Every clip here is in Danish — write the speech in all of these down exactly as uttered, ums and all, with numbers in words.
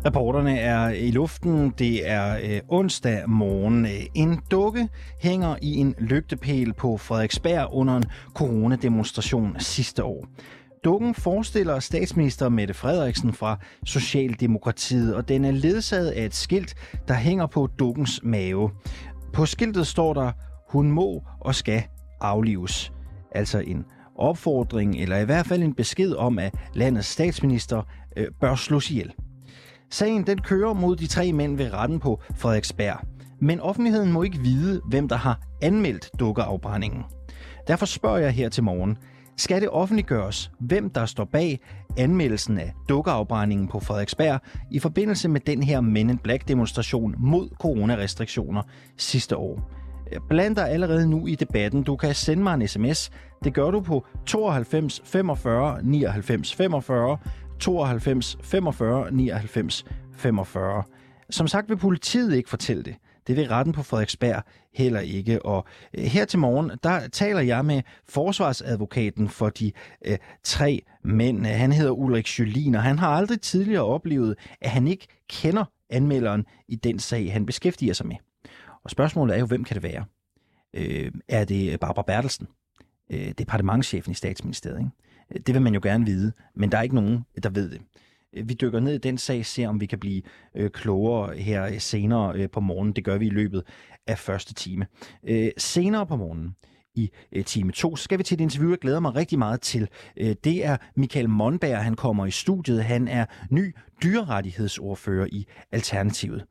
Reporterne er i luften. Det er øh, onsdag morgen. En dukke hænger i en lygtepæl på Frederiksberg under en coronademonstration sidste år. Dukken forestiller statsminister Mette Frederiksen fra Socialdemokratiet, og den er ledsaget af et skilt, der hænger på dukkens mave. På skiltet står der, hun må og skal aflives. Altså en opfordring, eller i hvert fald en besked om, at landets statsminister øh, bør slås ihjel. Sagen den kører mod de tre mænd ved retten på Frederiksberg. Men offentligheden må ikke vide, hvem der har anmeldt dukkeafbrændingen. Derfor spørger jeg her til morgen, skal det offentliggøres, hvem der står bag anmeldelsen af dukkeafbrændingen på Frederiksberg i forbindelse med den her Men in Black-demonstration mod coronarestriktioner sidste år? Bland dig allerede nu i debatten. Du kan sende mig en sms. Det gør du på tooghalvfems femogfyrre nioghalvfems femogfyrre, tooghalvfems femogfyrre nioghalvfems femogfyrre. Som sagt vil politiet ikke fortælle det. Det vil retten på Frederiksberg heller ikke. Og her til morgen, der taler jeg med forsvarsadvokaten for de øh, tre mænd. Han hedder Ulrik Jølin, og han har aldrig tidligere oplevet, at han ikke kender anmelderen i den sag, han beskæftiger sig med. Og spørgsmålet er jo, hvem kan det være? Øh, er det Barbara Bertelsen? Øh, departementschefen i Statsministeriet, ikke? Det vil man jo gerne vide, men der er ikke nogen, der ved det. Vi dykker ned i den sag, ser om vi kan blive øh, klogere her senere øh, på morgenen. Det gør vi i løbet af første time. Øh, senere på morgenen i øh, time to, så skal vi til et interview, jeg glæder mig rigtig meget til. Øh, det er Michael Monberg, han kommer i studiet. Han er ny dyrerettighedsordfører i Alternativet.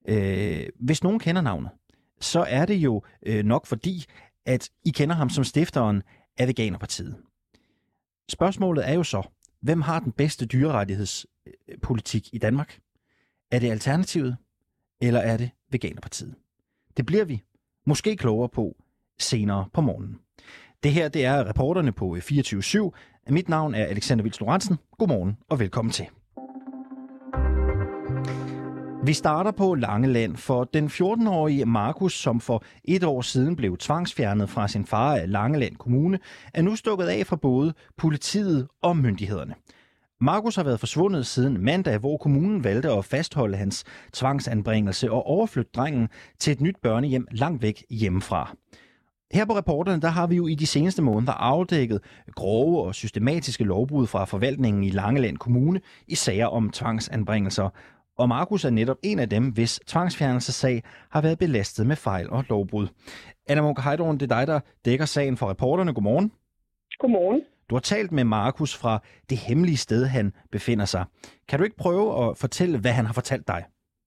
Øh, hvis nogen kender navnet, så er det jo øh, nok fordi, at I kender ham som stifteren af Veganerpartiet. Spørgsmålet er jo så, hvem har den bedste dyrerettighedspolitik i Danmark? Er det Alternativet, eller er det Veganerpartiet? Det bliver vi måske klogere på senere på morgenen. Det her, det er reporterne på fireogtyve syv. Mit navn er Alexander Vils Lorentzen. Godmorgen og velkommen til. Vi starter på Langeland, for den fjorten-årige Markus, som for et år siden blev tvangsfjernet fra sin far af Langeland Kommune, er nu stukket af fra både politiet og myndighederne. Markus har været forsvundet siden mandag, hvor kommunen valgte at fastholde hans tvangsanbringelse og overflytte drengen til et nyt børnehjem langt væk hjemmefra. Her på Reporterne, der har vi jo i de seneste måneder afdækket grove og systematiske lovbrud fra forvaltningen i Langeland Kommune i sager om tvangsanbringelser. Og Markus er netop en af dem, hvis tvangsfjernelsessag har været belastet med fejl og lovbrud. Anna Munch Heidorn, det er dig, der dækker sagen for Reporterne. Godmorgen. Godmorgen. Du har talt med Markus fra det hemmelige sted, han befinder sig. Kan du ikke prøve at fortælle, hvad han har fortalt dig?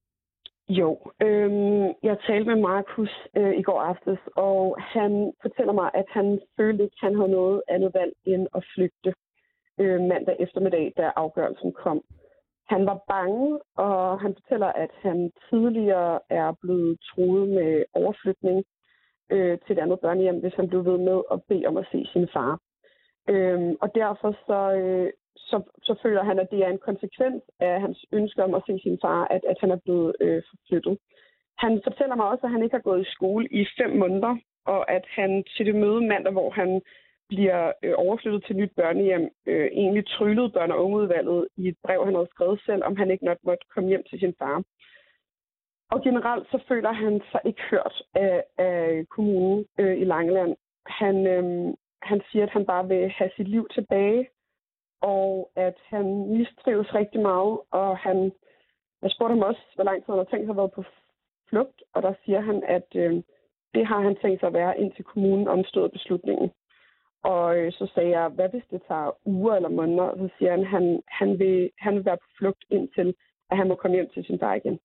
Jo, øhm, jeg talte med Markus øh, i går aftes, og han fortæller mig, at han følte ikke, han havde noget andet valg end at flygte øh, mandag eftermiddag, da afgørelsen kom. Han var bange, og han fortæller, at han tidligere er blevet truet med overflytning øh, til et andet børnehjem, hvis han blev ved med at bede om at se sin far. Øhm, og derfor så, øh, så, så føler han, at det er en konsekvens af hans ønske om at se sin far, at, at han er blevet øh, forflyttet. Han fortæller mig også, at han ikke har gået i skole i fem måneder, og at han til det møde mandag, hvor han bliver øh, overflyttet til et nyt børnehjem, øh, egentlig tryllede børn- og ungeudvalget i et brev, han havde skrevet selv, om han ikke nok måtte komme hjem til sin far. Og generelt så føler han sig ikke hørt af, af kommunen øh, i Langeland. Han, øh, han siger, at han bare vil have sit liv tilbage, og at han mistrives rigtig meget. Og han, jeg spurgte ham også, hvor lang tid han har tænkt sig at være på flugt, og der siger han, at øh, det har han tænkt sig at være, indtil kommunen omstøder beslutningen. Og øh, så sagde jeg, hvad hvis det tager uger eller måneder? Og så siger han, at han, han, vil, han vil være på flugt indtil, at han må komme hjem til sin far igen.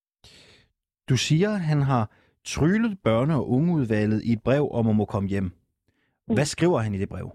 Du siger, at han har tryglet børne- og ungeudvalget i et brev om at må komme hjem. Hvad skriver han i det brev?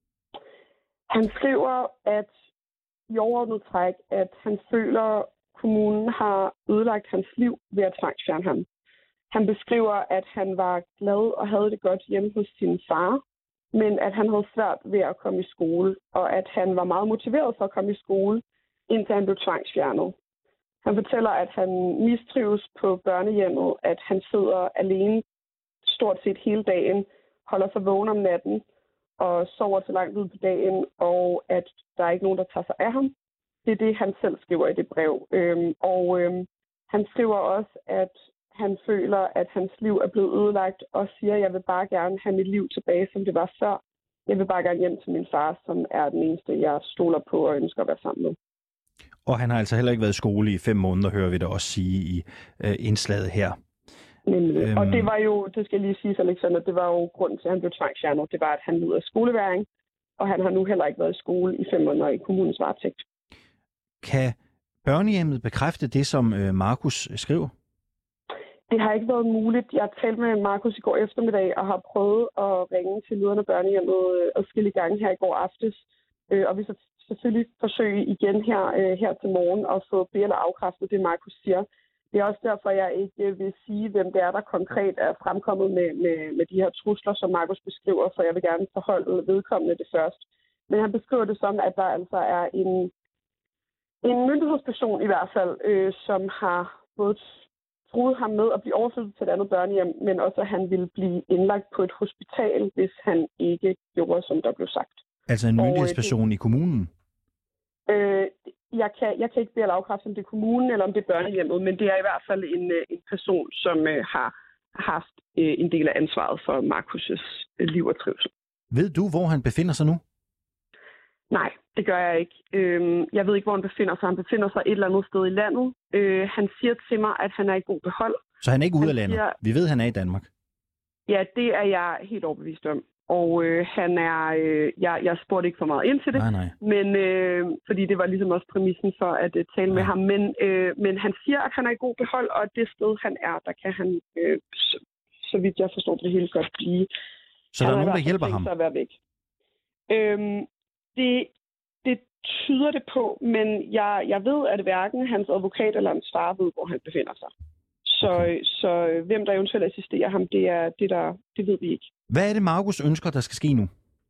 Han skriver, at i overordnet træk, at han føler, at kommunen har ødelagt hans liv ved at tvangsfjerne ham. Han beskriver, at han var glad og havde det godt hjemme hos sin far, men at han havde svært ved at komme i skole, og at han var meget motiveret for at komme i skole, indtil han blev tvangsfjernet. Han fortæller, at han mistrives på børnehjemmet, at han sidder alene stort set hele dagen, holder sig vågen om natten og sover til langt ud på dagen, og at der er ikke nogen, der tager sig af ham. det er det, han selv skriver i det brev. Øhm, og øhm, han skriver også, at han føler, at hans liv er blevet ødelagt, og siger, at jeg vil bare gerne have mit liv tilbage, som det var før. Jeg vil bare gerne hjem til min far, som er den eneste, jeg stoler på og ønsker at være sammen med. Og han har altså heller ikke været i skole i fem måneder, hører vi da også sige i øh, indslaget her. Nemlig. Øhm... Og det var jo, det skal jeg lige sige, Alexander, det var jo grunden til, at han blev tvangsfjernet. Det var, at han led af skoleværing, og han har nu heller ikke været i skole i fem måneder i kommunens varetægt. Kan børnehjemmet bekræfte det, som øh, Markus skriver? Det har ikke været muligt. Jeg talte med Markus i går eftermiddag og har prøvet at ringe til lederne af børnehjemmet og skille i gang her i går aftes. Og vi så selvfølgelig forsøge igen her, her til morgen at få be- eller afkræftet det, Markus siger. Det er også derfor, jeg ikke vil sige, hvem det er, der konkret er fremkommet med, med, med de her trusler, som Markus beskriver, for jeg vil gerne forholde vedkommende det først. Men han beskriver det som, at der altså er en, en myndighedsperson i hvert fald, øh, som har både truede ham med at blive overflyttet til et andet børnehjem, men også at han ville blive indlagt på et hospital, hvis han ikke gjorde, som der blev sagt. Altså en myndighedsperson og, det, i kommunen? Øh, jeg, kan, jeg kan ikke bede afkræfte, om det er kommunen eller om det er børnehjemmet, men det er i hvert fald en, en person, som øh, har haft øh, en del af ansvaret for Markus' øh, liv og trivsel. Ved du, hvor han befinder sig nu? Nej, det gør jeg ikke. Øhm, jeg ved ikke, hvor han befinder sig. Han befinder sig et eller andet sted i landet. Øh, han siger til mig, at han er i god behold. Så han er ikke ude af landet? Siger, vi ved, at han er i Danmark? Ja, det er jeg helt overbevist om. Og øh, han er... Øh, jeg, jeg spurgte ikke for meget ind til det. Nej, nej. Men, øh, fordi det var ligesom også præmissen for at uh, tale ja. med ham. Men, øh, men han siger, at han er i god behold, og det sted, han er, der kan han, øh, så, så vidt jeg forstår det hele godt blive. Så der er nogen, der hjælper ham? At være væk. Øhm, Det, det tyder det på, men jeg, jeg ved, at hverken hans advokat eller hans far ved, hvor han befinder sig. Så, okay. så hvem der eventuelt assisterer ham, det, er, det, der, det ved vi ikke. Hvad er det, Markus ønsker, der skal ske nu?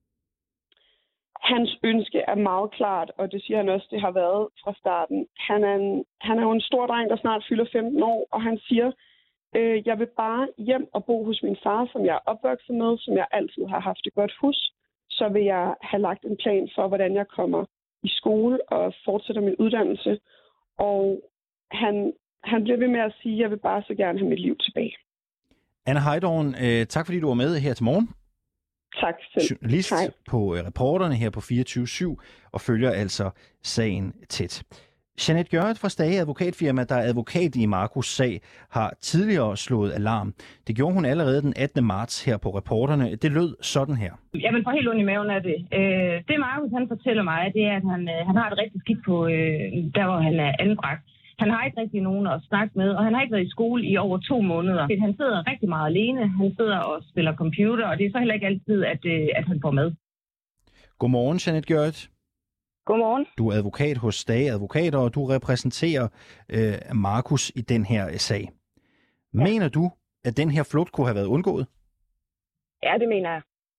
Hans ønske er meget klart, og det siger han også, det har været fra starten. Han er, en, han er jo en stor dreng, der snart fylder femten år, og han siger, øh, jeg vil bare hjem og bo hos min far, som jeg er opvokset med, som jeg altid har haft et godt hus. Så vil jeg have lagt en plan for, hvordan jeg kommer i skole og fortsætter min uddannelse. Og han, han bliver ved med at sige, at jeg vil bare så gerne have mit liv tilbage. Anna Heidorn, øh, tak fordi du var med her til morgen. Tak selv. Journalist Hej. på øh, Reporterne her på fireogtyve syv og følger altså sagen tæt. Jeanette Gjørret fra Stage advokatfirma, der er advokat i Markus' sag, har tidligere slået alarm. Det gjorde hun allerede den attende marts her på Reporterne. Det lød sådan her. Jeg vil få helt ondt i maven af det. Øh, det Markus han fortæller mig, det er, at han, øh, han har et rigtig skidt på, øh, der hvor han er anbragt. Han har ikke rigtig nogen at snakke med, og han har ikke været i skole i over to måneder. Han sidder rigtig meget alene. Han sidder og spiller computer, og det er så heller ikke altid, at, øh, at han får med. Godmorgen, Jeanette Gjørret. Godmorgen. Du er advokat hos Stage Advokater, og du repræsenterer øh, Markus i den her sag. Ja. Mener du, at den her flugt kunne have været undgået? Ja, det mener jeg.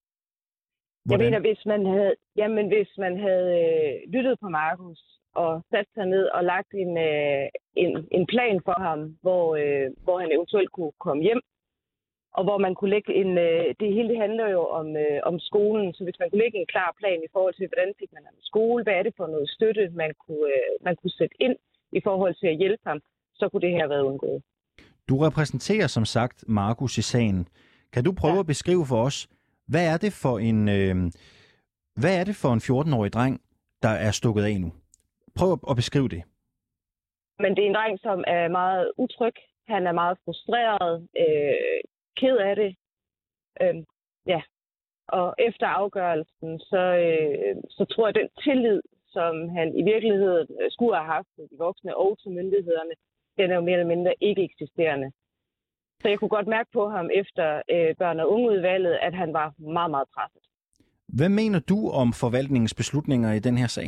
Hvordan? Jeg mener, hvis man havde, jamen, hvis man havde øh, lyttet på Markus og sat sig ned og lagt en, øh, en, en plan for ham, hvor, øh, hvor han eventuelt kunne komme hjem, og hvor man kunne lægge en... Øh, det hele det handler jo om, øh, om skolen, så hvis man kunne lægge en klar plan i forhold til, hvordan fik man ham i skole, hvad er det for noget støtte, man kunne, øh, man kunne sætte ind i forhold til at hjælpe ham, så kunne det her have været undgået. Du repræsenterer som sagt Markus i sagen. Kan du prøve ja. at beskrive for os, hvad er det for en, øh, hvad er det for en fjorten-årig dreng, der er stukket af nu? Prøv at beskrive det. Men det er en dreng, som er meget utryg. Han er meget frustreret, øh, ked af det. Øh, ja. Og efter afgørelsen, så, øh, så tror jeg, at den tillid, som han i virkeligheden skulle have haft til de voksne og til myndighederne, den er jo mere eller mindre ikke eksisterende. Så jeg kunne godt mærke på ham efter øh, børn- og ungeudvalget, at han var meget, meget presset. Hvad mener du om forvaltningens beslutninger i den her sag?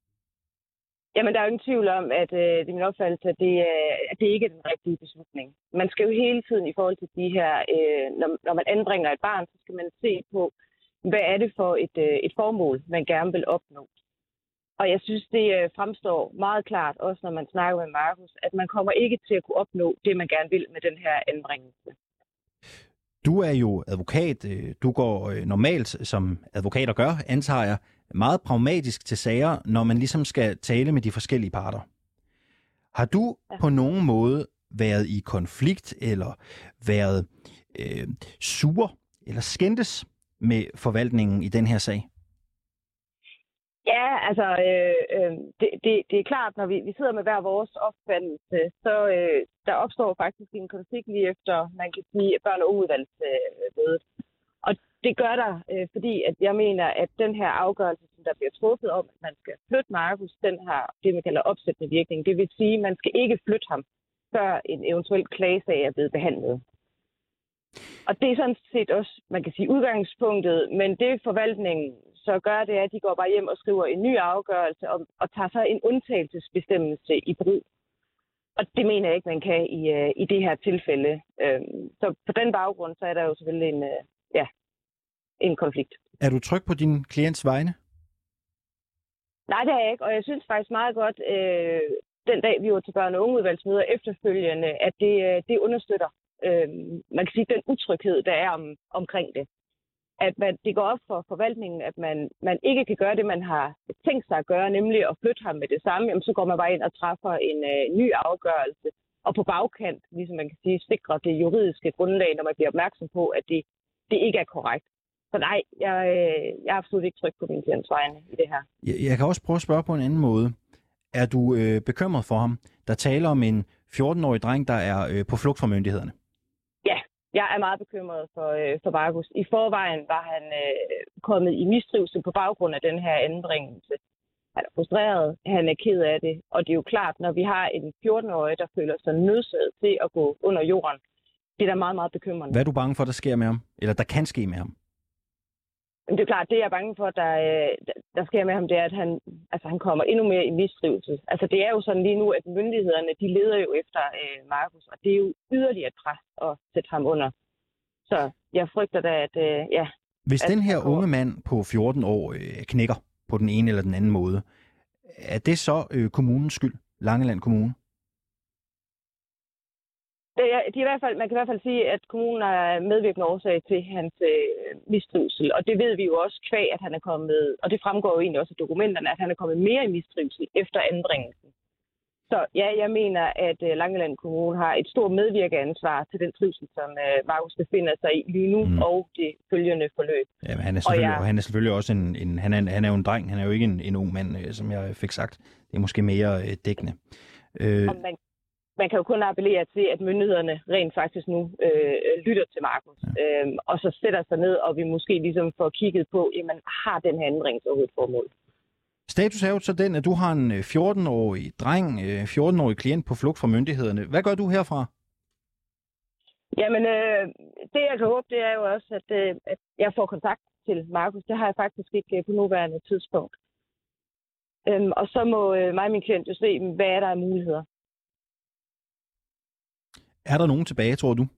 Jamen, der er jo ingen tvivl om, at øh, det er min opfattelse, at det, øh, at det ikke er den rigtige beslutning. Man skal jo hele tiden i forhold til de her, øh, når, når man anbringer et barn, så skal man se på, hvad er det for et, øh, et formål, man gerne vil opnå. Og jeg synes, det øh, fremstår meget klart, også når man snakker med Markus, at man kommer ikke til at kunne opnå det, man gerne vil med den her anbringelse. Du er jo advokat. Du går normalt, som advokater gør, antager jeg, meget pragmatisk til sager, når man ligesom skal tale med de forskellige parter. Har du ja. på nogen måde været i konflikt, eller været øh, sur, eller skændtes med forvaltningen i den her sag? Ja, altså, øh, øh, det, det, det er klart, når vi, vi sidder med hver vores opfattelse, så øh, der opstår faktisk en konflikt lige efter, man kan sige, børn- og ungeudvalgsmødet. Og det gør der, øh, fordi at jeg mener, at den her afgørelse, som der bliver truffet om, at man skal flytte Markus, den har det, man kalder opsættende virkning. Det vil sige, at man skal ikke flytte ham, før en eventuel klagesag er blevet behandlet. Og det er sådan set også, man kan sige, udgangspunktet, men det forvaltningen så gør, det er, at de går bare hjem og skriver en ny afgørelse og, og tager så en undtagelsesbestemmelse i brug. Og det mener jeg ikke, man kan i, uh, i det her tilfælde. Uh, så på den baggrund, så er der jo selvfølgelig en, uh, ja, en konflikt. Er du tryg på din klients vegne? Nej, det er jeg ikke, og jeg synes faktisk meget godt, uh, den dag vi var til børn- og ungeudvalgsmøder efterfølgende, at det, uh, det understøtter, uh, man kan sige, den utryghed, der er om, omkring det. At man, det går op for forvaltningen, at man, man ikke kan gøre det, man har tænkt sig at gøre, nemlig at flytte ham med det samme, jamen, så går man bare ind og træffer en øh, ny afgørelse. Og på bagkant, ligesom man kan sige, sikrer det juridiske grundlag, når man bliver opmærksom på, at det, det ikke er korrekt. Så nej, jeg, øh, jeg er absolut ikke tryg på min klients vegne i det her. Jeg, jeg kan også prøve at spørge på en anden måde. Er du øh, bekymret for ham? Der taler om en fjorten-årig dreng, der er øh, på flugt fra myndighederne. Ja. Jeg er meget bekymret for, øh, for Markus. I forvejen var han øh, kommet i mistrivsel på baggrund af den her anbringelse. Han er frustreret, han er ked af det, og det er jo klart, når vi har en fjorten-årig, der føler sig nødsaget til at gå under jorden, det er da meget, meget bekymrende. Hvad er du bange for, der sker med ham? Eller der kan ske med ham? Det er klart, det jeg er bange for, der, der sker med ham, det er, at han, altså, han kommer endnu mere i mistrivsel. Altså det er jo sådan lige nu, at myndighederne, de leder jo efter øh, Markus, og det er jo yderligere et pres at sætte ham under. Så jeg frygter da, at øh, ja... Hvis at den her kommer... unge mand på fjorten år øh, knækker på den ene eller den anden måde, er det så øh, kommunens skyld? Langeland Kommune? Det er, de er i hvert fald, man kan i hvert fald sige, at kommunen er medvirkende årsag til hans øh, mistrivsel. Og det ved vi jo også kvæg, at han er kommet, og det fremgår jo egentlig også af dokumenterne, at han er kommet mere i mistrivsel efter anbringelsen. Så ja, jeg mener, at øh, Langeland Kommune har et stort medvirkeansvar til den trivsel, som øh, Markus befinder sig i lige nu, mm. og det følgende forløb. Ja, men han er selvfølgelig, og jeg... og han er selvfølgelig også en, en han, er, han er jo en dreng, han er jo ikke en, en ung mand, øh, som jeg fik sagt. Det er måske mere øh, dækkende. Øh... Man, man kan jo kun appellere til, at myndighederne rent faktisk nu øh, lytter til Markus, ja. øhm, og så sætter sig ned, og vi måske ligesom får kigget på, jamen har den her ændring så et formål? Status er jo så den, at du har en fjorten-årig dreng, fjorten-årig klient på flugt fra myndighederne. Hvad gør du herfra? Jamen, øh, det jeg kan håbe, det er jo også, at, øh, at jeg får kontakt til Markus. Det har jeg faktisk ikke på nuværende tidspunkt. Øhm, og så må øh, mig og min klient jo se, hvad er der af muligheder. Er der nogen tilbage, tror du?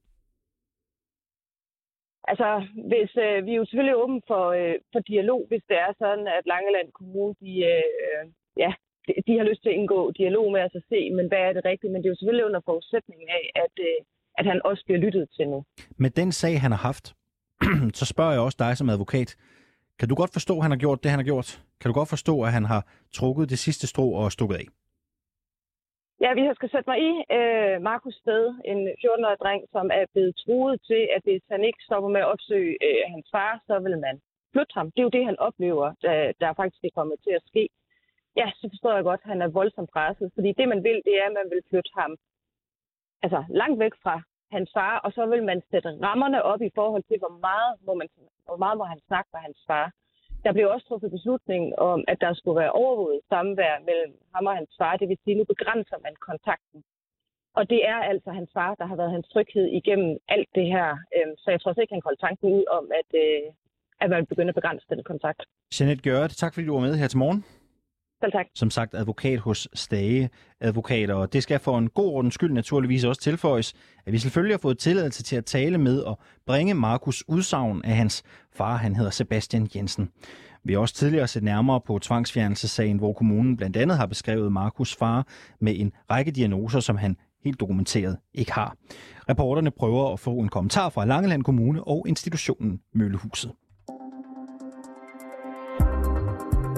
Altså, hvis, øh, vi er jo selvfølgelig åbne for, øh, for dialog, hvis det er sådan, at Langeland Kommune, de, øh, ja, de, de har lyst til at indgå dialog med os at se, men hvad er det rigtigt? Men det er jo selvfølgelig under forudsætning af, at, øh, at han også bliver lyttet til nu. Med den sag, han har haft, så spørger jeg også dig som advokat. Kan du godt forstå, at han har gjort det, han har gjort? Kan du godt forstå, at han har trukket det sidste strå og stukket af? Ja, vi skal sætte mig i øh, Markus sted, en fjorten-årig dreng, som er blevet truet til, at hvis han ikke stopper med at opsøge øh, hans far, så vil man flytte ham. Det er jo det, han oplever, der, der faktisk er kommet til at ske. Ja, så forstår jeg godt, at han er voldsomt presset, fordi det, man vil, det er, at man vil flytte ham altså, langt væk fra hans far, og så vil man sætte rammerne op i forhold til, hvor meget må, man, hvor meget må han snakke med hans far. Der blev også truffet beslutning om, at der skulle være overvåget samvær mellem ham og hans far. Det vil sige, at nu begrænser man kontakten. Og det er altså hans far, der har været hans tryghed igennem alt det her. Så jeg tror ikke, han kan holde tanken ud om, at, at man begynder at begrænse den kontakt. Jeanette Gjørret, tak fordi du var med her til morgen. Selv tak. Som sagt advokat hos Stage Advokater, og det skal for en god ordens skyld naturligvis også tilføjes, at vi selvfølgelig har fået tilladelse til at tale med og bringe Markus udsagn af hans far, han hedder Sebastian Jensen. Vi har også tidligere set nærmere på tvangsfjernelsessagen, hvor kommunen blandt andet har beskrevet Markus' far med en række diagnoser, som han helt dokumenteret ikke har. Reporterne prøver at få en kommentar fra Langeland Kommune og institutionen Møllehuset.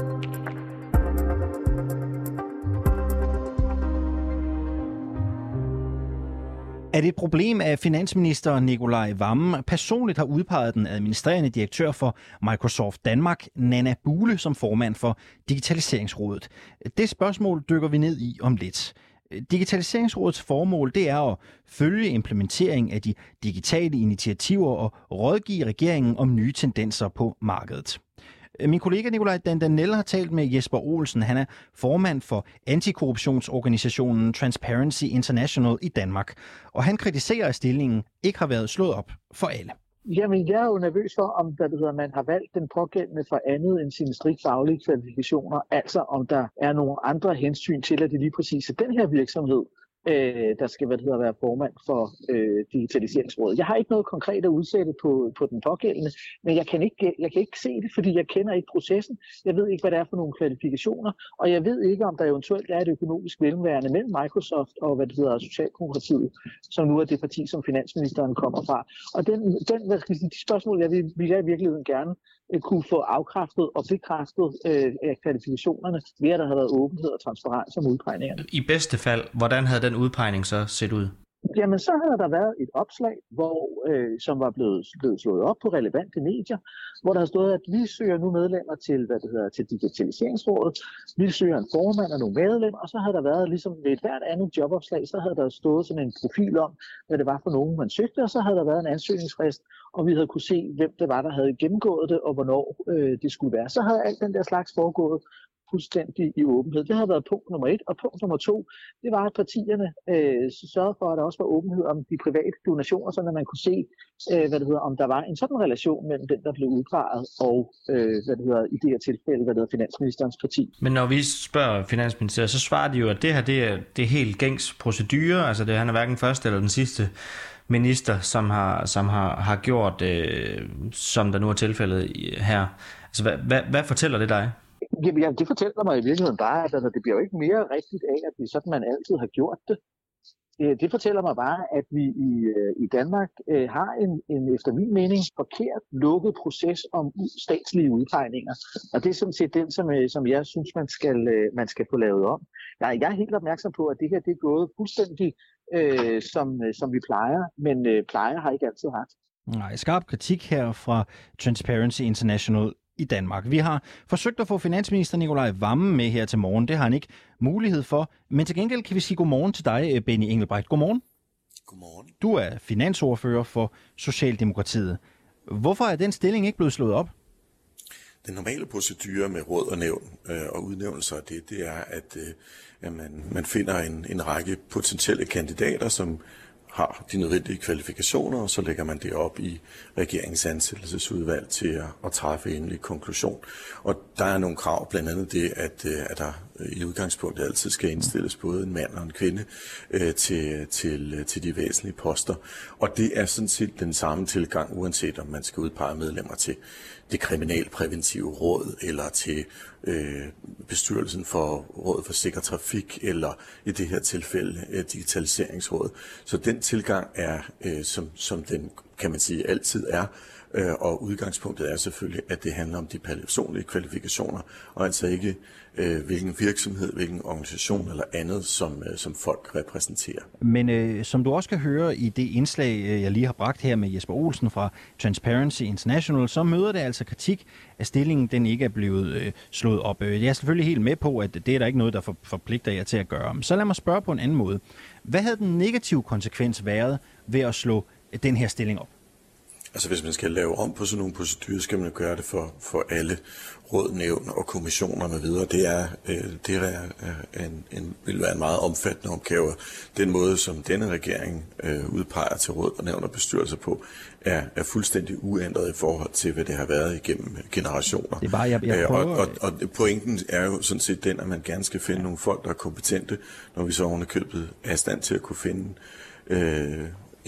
Er det et problem, at finansminister Nicolai Wammen personligt har udpeget den administrerende direktør for Microsoft Danmark, Nanna Buhle, som formand for Digitaliseringsrådet? Det spørgsmål dykker vi ned i om lidt. Digitaliseringsrådets formål det er at følge implementering af de digitale initiativer og rådgive regeringen om nye tendenser på markedet. Min kollega Nicolai Dandanel har talt med Jesper Olsen. Han er formand for antikorruptionsorganisationen Transparency International i Danmark. Og han kritiserer, at stillingen ikke har været slået op for alle. Jamen, jeg er jo nervøs for, om hvad det hedder, man har valgt den pågældende for andet end sine strikt faglige kvalifikationer. Altså, om der er nogle andre hensyn til, at det lige præcis er den her virksomhed, øh, der skal hvad det hedder, være formand for øh, Digitaliseringsrådet. Jeg har ikke noget konkret at udsætte på, på den pågældende, men jeg kan, ikke, jeg kan ikke se det, fordi jeg kender ikke processen. Jeg ved ikke, hvad det er for nogle kvalifikationer, og jeg ved ikke, om der eventuelt er et økonomisk mellemværende mellem Microsoft og hvad det hedder, Socialdemokratiet, som nu er det parti, som finansministeren kommer fra. Og den, den, de spørgsmål, jeg vil, vil jeg i virkeligheden gerne kunne få afkræftet og bekræftet øh, af kvalifikationerne, ved at der har været åbenhed og transparens om udpegningerne. I bedste fald, hvordan havde den udpegning så set ud? Jamen, så havde der været et opslag, hvor, øh, som var blevet, blevet slået op på relevante medier, hvor der har stået, at vi søger nu medlemmer til, hvad det hedder, til Digitaliseringsrådet. Vi søger en formand og nogle medlemmer, og så havde der været, ligesom ved et hvert andet jobopslag, så havde der stået sådan en profil om, hvad det var for nogen, man søgte, og så havde der været en ansøgningsfrist, og vi havde kunne se, hvem det var, der havde gennemgået det, og hvornår øh, det skulle være. Så havde alt den der slags foregået fuldstændig i åbenhed. Det har været punkt nummer et, og punkt nummer to, det var, at partierne øh, sørgede for, at der også var åbenhed om de private donationer, så man kunne se, øh, hvad det hedder, om der var en sådan relation mellem den, der blev udpeget, og øh, hvad det hedder, i det her tilfælde, hvad det hedder, finansministerens parti. Men når vi spørger Finansministeriet, så svarer de jo, at det her det er, det er helt gængs procedure, altså det han er hverken første eller den sidste minister, som har, som har, har gjort, øh, som der nu er tilfældet her. Altså, hvad, hvad, hvad fortæller det dig? Ja, det fortæller mig i virkeligheden bare, at altså, det bliver jo ikke mere rigtigt af, at det er sådan, man altid har gjort det. Det fortæller mig bare, at vi i, i Danmark øh, har en, en, efter min mening, forkert lukket proces om statslige udpegninger. Og det er sådan set den, som, som jeg synes, man skal, man skal få lavet om. Jeg, jeg er helt opmærksom på, at det her det er gået fuldstændig, øh, som, som vi plejer, men øh, plejer har ikke altid ret. Nej, skarp kritik her fra Transparency International i Danmark. Vi har forsøgt at få finansminister Nicolai Wammen med her til morgen. Det har han ikke mulighed for. Men til gengæld kan vi sige godmorgen til dig, Benny Engelbrecht. Godmorgen. Godmorgen. Du er finansordfører for Socialdemokratiet. Hvorfor er den stilling ikke blevet slået op? Den normale procedure med råd og nævn øh, og udnævnelser, det, det er, at, øh, at man, man finder en, en række potentielle kandidater, som har de nødvendige kvalifikationer, og så lægger man det op i regeringens ansættelsesudvalg til at, at træffe endelig konklusion. Og der er nogle krav, blandt andet det, at, at der i udgangspunktet altid skal indstilles både en mand og en kvinde øh, til, til, til de væsentlige poster. Og det er sådan set den samme tilgang, uanset om man skal udpege medlemmer til det kriminalpræventive råd, eller til øh, bestyrelsen for Rådet for Sikker Trafik, eller i det her tilfælde øh, Digitaliseringsrådet. Så den tilgang er, øh, som, som den kan man sige altid er, øh, og udgangspunktet er selvfølgelig, at det handler om de personlige kvalifikationer, og altså ikke øh, hvilken virksomhed, hvilken organisation eller andet, som, øh, som folk repræsenterer. Men øh, som du også kan høre i det indslag, jeg lige har bragt her med Jesper Olsen fra Transparency International, så møder det altså kritik, at stillingen den ikke er blevet øh, slået op. Jeg er selvfølgelig helt med på, at det er der ikke noget, der for, forpligter jer til at gøre. Så lad mig spørge på en anden måde. Hvad havde den negative konsekvens været ved at slå den her stilling op? Altså hvis man skal lave om på sådan nogle procedurer, skal man gøre det for, for alle råd, nævn og kommissioner med videre. Det, er, øh, det er, øh, en, en, vil være en meget omfattende opgave. Den måde, som denne regering øh, udpeger til råd og nævn og bestyrelser på, er, er fuldstændig uændret i forhold til, hvad det har været igennem generationer. Det er bare, jeg, jeg prøver... og, og, og pointen er jo sådan set den, at man gerne skal finde nogle folk, der er kompetente, når vi så ovenikøbet er i stand til at kunne finde øh, en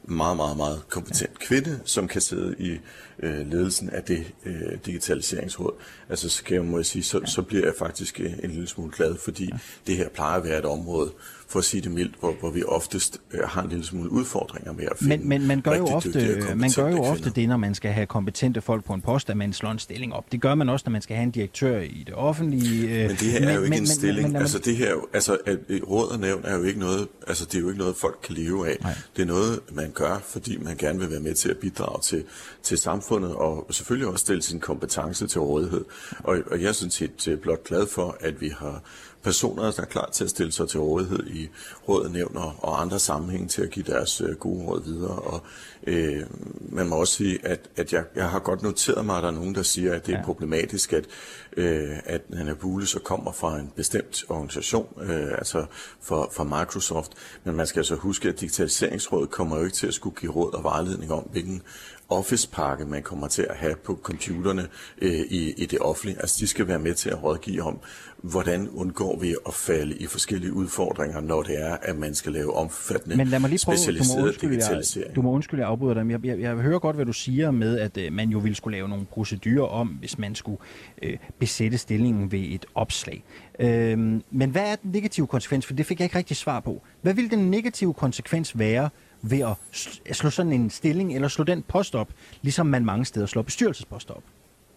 meget, meget, meget kompetent kvinde, som kan sidde i øh, ledelsen af det øh, digitaliseringsråd. Altså, så, kan jeg, må jeg sige, så, så bliver jeg faktisk øh, en lille smule glad, fordi ja. det her plejer at være et område, for at sige det mildt, hvor, hvor vi oftest øh, har en lille smule udfordringer med at finde Men, men man gør jo ofte, man gør jo kvinder. ofte det, når man skal have kompetente folk på en post, at man slår en stilling op. Det gør man også, når man skal have en direktør i det offentlige. Øh, men det her er men, jo ikke men, en stilling. Men, men, altså det her, altså at råd og nævn er jo ikke noget, altså det er jo ikke noget, folk kan leve af. Nej. Det er noget, man gør, fordi man gerne vil være med til at bidrage til, til samfundet, og selvfølgelig også stille sin kompetence til rådighed. Og, og jeg er sådan set blot glad for, at vi har personer, der er klar til at stille sig til rådighed i råd og nævn og andre sammenhænge til at give deres øh, gode råd videre. Og øh, man må også sige, at, at jeg, jeg har godt noteret mig, at der er nogen, der siger, at det er ja. problematisk, at, øh, at Nanna Bule så kommer fra en bestemt organisation, øh, altså fra, fra Microsoft. Men man skal altså huske, at Digitaliseringsrådet kommer jo ikke til at skulle give råd og vejledning om, hvilken Office-pakke, man kommer til at have på computerne øh, i, i det offentlige. Altså, de skal være med til at rådgive om, hvordan undgår vi at falde i forskellige udfordringer, når det er, at man skal lave omfattende Men lad mig lige prøve, specialiseret digitalisering. Jeg, du må undskylde, jeg afbryder dig, men jeg, jeg, jeg hører godt, hvad du siger med, at øh, man jo ville skulle lave nogle procedurer om, hvis man skulle øh, besætte stillingen ved et opslag. Øh, men hvad er den negative konsekvens? For det fik jeg ikke rigtig svar på. Hvad vil den negative konsekvens være ved at slå sådan en stilling, eller slå den post op, ligesom man mange steder slår bestyrelsesposter op?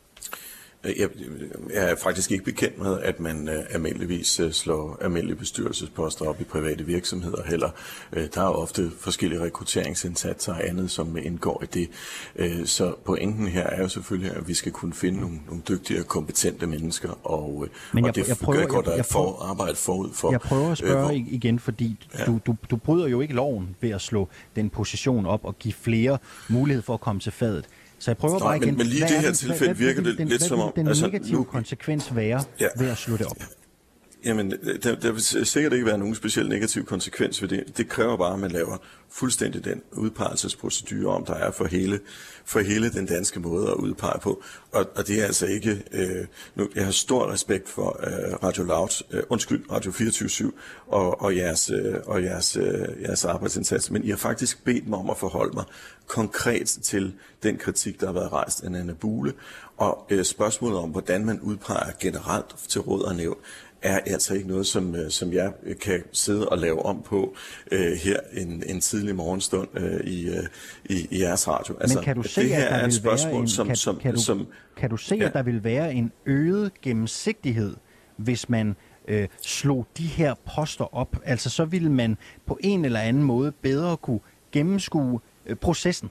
Jeg, jeg er faktisk ikke bekendt med, at man uh, almindeligvis uh, slår almindelige bestyrelsesposter op i private virksomheder heller. Uh, der er ofte forskellige rekrutteringsindsatser og andet, som indgår i det. Uh, så pointen her er jo selvfølgelig, at vi skal kunne finde nogle, nogle dygtige og kompetente mennesker, og, uh, Men jeg, og det jeg prøver, gør godt at jeg, jeg prøver, for, arbejde forud for. Jeg prøver at spørge uh, hvor, igen, fordi ja. du, du, du bryder jo ikke loven ved at slå den position op og give flere mulighed for at komme til fadet. Så jeg prøver Nå, bare igen, men, men lige det her den, tilfælde hvad, virker det den, lidt hvad, som om... den altså, negative nu, konsekvens være ja, ved at slå det op? Jamen, der, der vil sikkert ikke være nogen speciel negativ konsekvens ved det. Det kræver bare, at man laver fuldstændig den udpegelsesprocedure, om der er for hele, for hele den danske måde at udpege på. Og, og det er altså ikke... Øh, nu, jeg har stor respekt for øh, Radio Loud, øh, undskyld, Radio fireogtyve syv og, og, jeres, øh, og jeres, øh, jeres arbejdsindsats, men I har faktisk bedt mig om at forholde mig konkret til den kritik, der har været rejst af Nanna Bule, og øh, spørgsmålet om, hvordan man udpeger generelt til råd og nævn, er altså ikke noget, som, som jeg kan sidde og lave om på øh, her en, en tidlig morgenstund øh, i, øh, i, i jeres radio. Altså, Men kan du se, det her at der er et spørgsmål, en, som, kan, som, kan, du, som... Kan du se, ja. at der vil være en øget gennemsigtighed, hvis man øh, slog de her poster op? Altså, så ville man på en eller anden måde bedre kunne gennemskue øh, processen.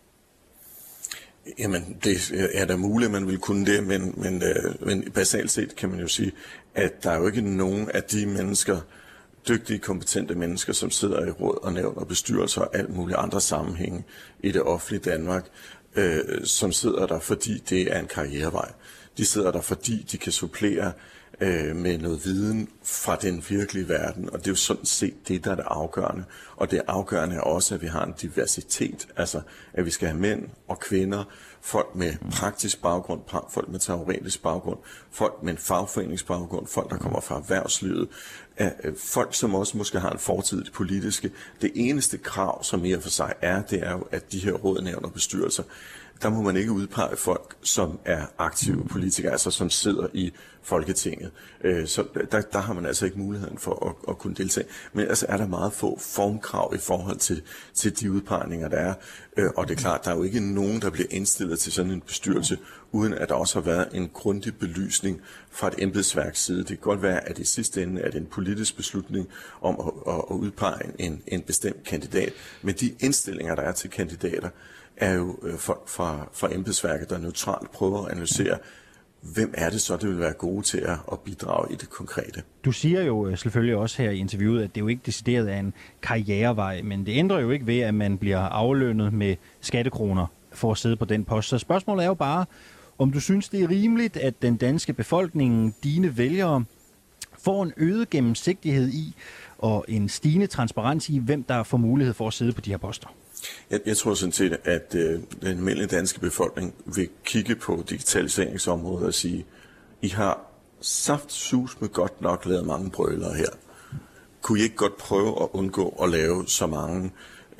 Jamen, det er da muligt, at man vil kunne det, men, men, øh, men basalt set kan man jo sige, at der er jo ikke nogen af de mennesker, dygtige, kompetente mennesker, som sidder i råd og nævn og bestyrelser og alt muligt andre sammenhænge i det offentlige Danmark, øh, som sidder der, fordi det er en karrierevej. De sidder der, fordi de kan supplere øh, med noget viden fra den virkelige verden, og det er jo sådan set det, der er det afgørende. Og det afgørende er også, at vi har en diversitet, altså at vi skal have mænd og kvinder, folk med praktisk baggrund, folk med teoretisk baggrund, folk med en fagforeningsbaggrund, folk, der kommer fra erhvervslivet, folk, som også måske har en fortid i det politiske. Det eneste krav, som mere for sig er, det er jo, at de her råd, nævn og bestyrelser, der må man ikke udpege folk, som er aktive politikere, altså som sidder i Folketinget. Så der, der har man altså ikke muligheden for at, at kunne deltage. Men altså er der meget få formkrav i forhold til, til de udpegninger, der er. Og det er klart, der er jo ikke nogen, der bliver indstillet til sådan en bestyrelse, uden at der også har været en grundig belysning fra et embedsværks side. Det kan godt være, at i sidste ende er det en politisk beslutning om at, at, at udpege en, en bestemt kandidat. Men de indstillinger, der er til kandidater, er jo folk fra, fra embedsværket, der neutralt prøver at analysere, hvem er det så, det vil være gode til at, at bidrage i det konkrete. Du siger jo selvfølgelig også her i interviewet, at det jo ikke decideret er en karrierevej, men det ændrer jo ikke ved, at man bliver aflønnet med skattekroner for at sidde på den post. Så spørgsmålet er jo bare, om du synes, det er rimeligt, at den danske befolkning, dine vælgere, får en øget gennemsigtighed i og en stigende transparens i, hvem der får mulighed for at sidde på de her poster. Jeg, jeg tror sådan set, at øh, den almindelige danske befolkning vil kigge på digitaliseringsområdet og sige, I har saftsus med godt nok lavet mange brølere her. Kunne I ikke godt prøve at undgå at lave så mange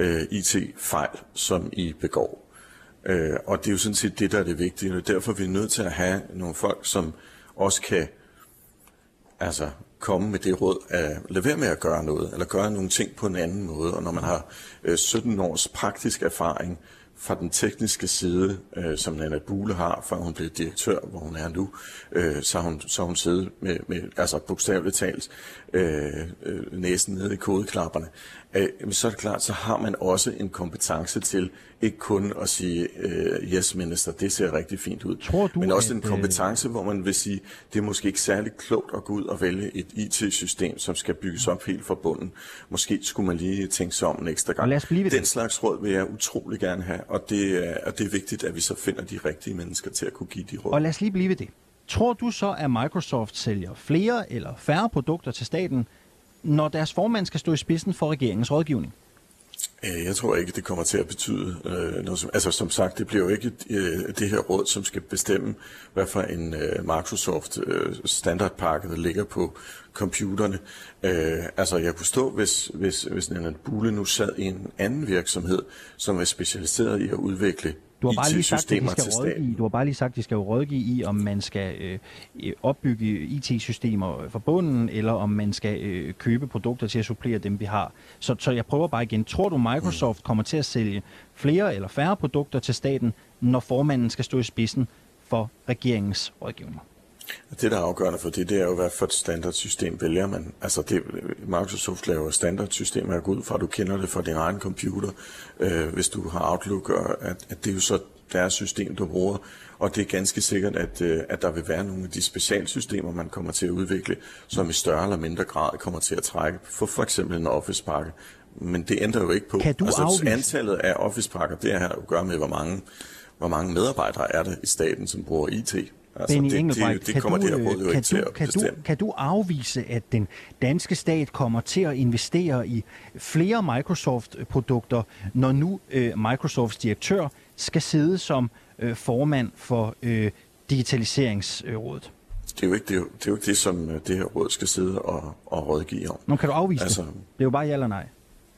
øh, I T-fejl, som I begår. Øh, og det er jo sådan set det, der er det vigtige. Og derfor er vi nødt til at have nogle folk, som også kan altså, komme med det råd at lade være med at gøre noget, eller gøre nogle ting på en anden måde. Og når man har øh, sytten års praktisk erfaring fra den tekniske side, øh, som Nanna Bule har, før hun blev direktør, hvor hun er nu, øh, så har hun, så har hun siddet med, med altså bogstaveligt talt, øh, øh, næsen nede i kodeklapperne. Øh, så er det klart, så har man også en kompetence til ikke kun at sige, øh, yes minister, det ser rigtig fint ud, tror du, men også at, en kompetence, hvor man vil sige, det er måske ikke særlig klogt at gå ud og vælge et I T-system, som skal bygges op helt fra bunden. Måske skulle man lige tænke sig om en ekstra gang. Den det. slags råd vil jeg utrolig gerne have, og det, er, og det er vigtigt, at vi så finder de rigtige mennesker til at kunne give de råd. Og lad os lige blive ved det. Tror du så, at Microsoft sælger flere eller færre produkter til staten, når deres formand skal stå i spidsen for regeringens rådgivning? Jeg tror ikke, det kommer til at betyde øh, noget som... Altså som sagt, det bliver jo ikke øh, det her råd, som skal bestemme, hvad for en øh, Microsoft øh, standardpakke, der ligger på computerne. Øh, altså jeg kunne stå, hvis, hvis, hvis Nanna Bule nu sad i en anden virksomhed, som er specialiseret i at udvikle Du har bare lige sagt, at de skal rådgive. Du har bare lige sagt, at de skal jo rådgive i, om man skal øh, opbygge I T-systemer fra bunden, eller om man skal øh, købe produkter til at supplere dem, vi har. Så, så jeg prøver bare igen. Tror du, Microsoft kommer til at sælge flere eller færre produkter til staten, når formanden skal stå i spidsen for regeringens rådgivning? Det, der er afgørende for det, det er jo, hvad for et standardsystem vælger man. Altså, det, Microsoft laver standardsystemer, jeg går ud fra, at du kender det fra din egen computer, øh, hvis du har Outlook, og at, at det er jo så deres system, du bruger. Og det er ganske sikkert, at, øh, at der vil være nogle af de specialsystemer, man kommer til at udvikle, som i større eller mindre grad kommer til at trække for for eksempel en Office-pakke. Men det ændrer jo ikke på. Kan du altså, afvise? Antallet af Office-pakker, det har jo at gøre med, hvor mange, hvor mange medarbejdere er der i staten, som bruger I T. Altså, Benny det, Engelbrecht, det, det kommer kan du, det her råd jo kan ikke til du, at kan bestemme. du, kan du afvise, at den danske stat kommer til at investere i flere Microsoft-produkter, når nu øh, Microsofts direktør skal sidde som øh, formand for øh, digitaliseringsrådet? Det er jo ikke det, det, er jo ikke det som det her råd skal sidde og, og rådgive om. Nå, kan du afvise altså, det? Det er jo bare ja eller nej.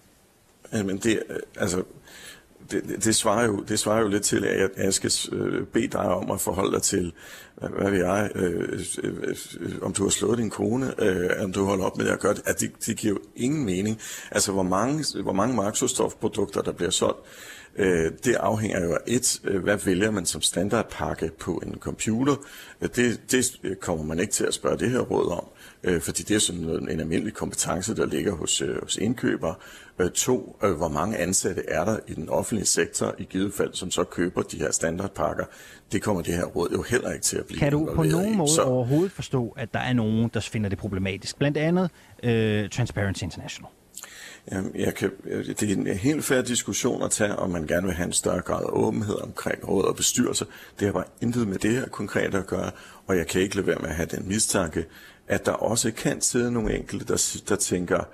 Men det, altså... Det, det, det, svarer jo, det svarer jo lidt til, at jeg, jeg skal øh, bede dig om at forholde dig til, hvad, hvad ved jeg, øh, øh, øh, om du har slået din kone, øh, om du holder op med at gøre det. At det, det giver jo ingen mening. Altså, hvor mange, hvor mange Microsoft-produkter, der bliver solgt, øh, det afhænger jo af et, øh, hvad vælger man som standardpakke på en computer. Det, det kommer man ikke til at spørge det her råd om, øh, fordi det er sådan en, en almindelig kompetence, der ligger hos, øh, hos indkøbere. Øh, to, øh, hvor mange ansatte er der i den offentlige sektor i givet fald, som så køber de her standardpakker. Det kommer det her råd jo heller ikke til at blive. Kan du på nogen måde så... overhovedet forstå, at der er nogen, der finder det problematisk? Blandt andet øh, Transparency International. Jamen, jeg kan, det er en helt fair diskussion at tage, om man gerne vil have en større grad af åbenhed omkring råd og bestyrelse. Det har bare intet med det her konkret at gøre, og jeg kan ikke lade være med at have den mistanke, at der også kan sidde nogle enkelte, der, der tænker,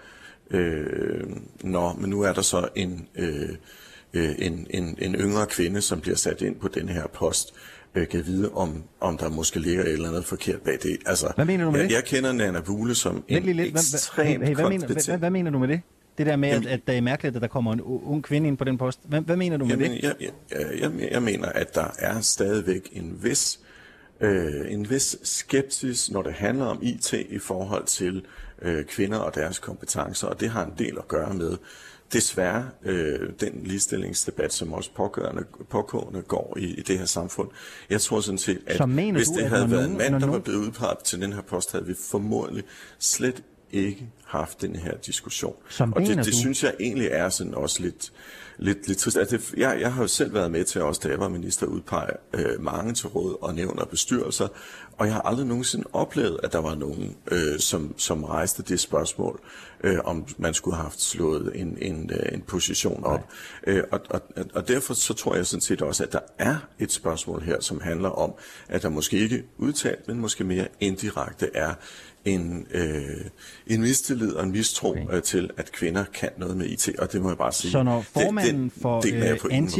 øh, nå, men nu er der så en, øh, en, en, en yngre kvinde, som bliver sat ind på den her post, øh, kan vide, om, om der måske ligger et eller andet forkert bag det. Altså, hvad mener du med jeg, det? jeg kender Nanna Bule som en lidt. ekstremt hey, hey, hvad, kompetent... mener, hvad, hvad mener du med det? Det der med, at, at det er mærkeligt, at der kommer en ung kvinde ind på den post. Hvad, hvad mener du med Jamen, det? Jeg, jeg, jeg, jeg mener, at der er stadigvæk en vis, øh, en vis skepsis, når det handler om I T i forhold til øh, kvinder og deres kompetencer, og det har en del at gøre med desværre øh, den ligestillingsdebat, som også pågående, pågående går i, i det her samfund. Jeg tror sådan set, at hvis du, det at havde været nogen, en mand, der nogen... var blevet udpeget til den her post, havde vi formodentlig slet ikke haft den her diskussion. Som og det, det du... synes jeg egentlig er sådan også lidt, lidt, lidt trist. Altså det, jeg, jeg har jo selv været med til, også da jeg var minister, at udpege øh, mange til råd og nævn og bestyrelser, og jeg har aldrig nogensinde oplevet, at der var nogen, øh, som, som rejste det spørgsmål, øh, om man skulle have haft slået en, en, en position op. Øh, og, og, og derfor så tror jeg sådan set også, at der er et spørgsmål her, som handler om, at der måske ikke udtalt, men måske mere indirekte er en, øh, en mistillid og en mistro okay. øh, til, at kvinder kan noget med I T, og det må jeg bare sige. Så når formanden det, for øh,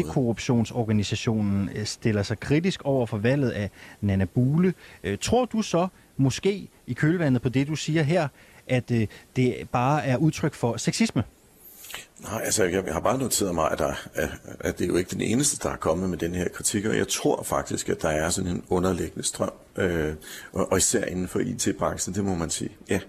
antikorruptionsorganisationen øh, stiller sig kritisk over for valget af Nanna Bule, øh, tror du så måske i kølvandet på det, du siger her, at øh, det bare er udtryk for sexisme? Nej, altså jeg, jeg har bare noteret mig, at, der, at, at det er jo ikke den eneste, der er kommet med den her kritik, og jeg tror faktisk, at der er sådan en underliggende strøm, øh, og, og især inden for I T-branchen, det må man sige, ja.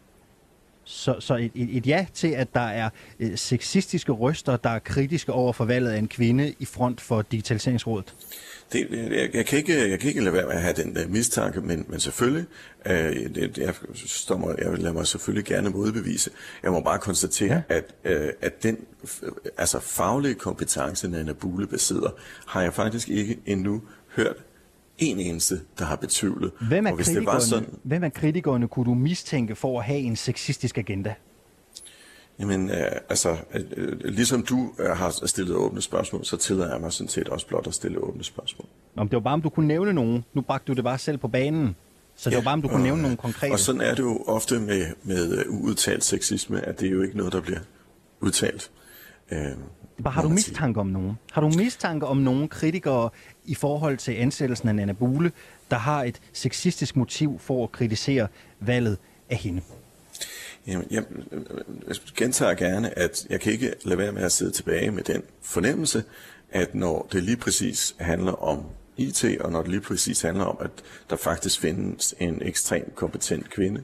Så, så et, et, et ja til, at der er øh, sexistiske røster, der er kritiske over for valget af en kvinde i front for Digitaliseringsrådet? Det, jeg, jeg, kan ikke, jeg kan ikke lade være med at have den der mistanke, men, men selvfølgelig, øh, det, jeg, står, jeg vil lade mig selvfølgelig gerne modbevise. Jeg må bare konstatere, ja. at, øh, at den altså faglige kompetence, Nanna Buhle besidder, har jeg faktisk ikke endnu hørt en eneste, der har betvivlet. Hvem er, kritikerne, sådan, hvem er kritikerne, kunne du mistænke for at have en sexistisk agenda? Jamen, øh, altså, øh, ligesom du øh, har stillet åbne spørgsmål, så tillader jeg mig sådan set også blot at stille åbne spørgsmål. Om det var bare, om du kunne nævne nogen. Nu bragte du det bare selv på banen. Så det ja, var bare, om du kunne og, nævne nogle konkrete. Og sådan er det jo ofte med, med uudtalt sexisme, at det er jo ikke noget, der bliver udtalt. Øh, bare, har du mistanke om nogen? Har du mistanke om nogen kritikere i forhold til ansættelsen af Nanna Buhle, der har et sexistisk motiv for at kritisere valget af hende? Jamen, jeg, jeg gentager gerne, at jeg kan ikke lade være med at sidde tilbage med den fornemmelse, at når det lige præcis handler om I T, og når det lige præcis handler om, at der faktisk findes en ekstremt kompetent kvinde,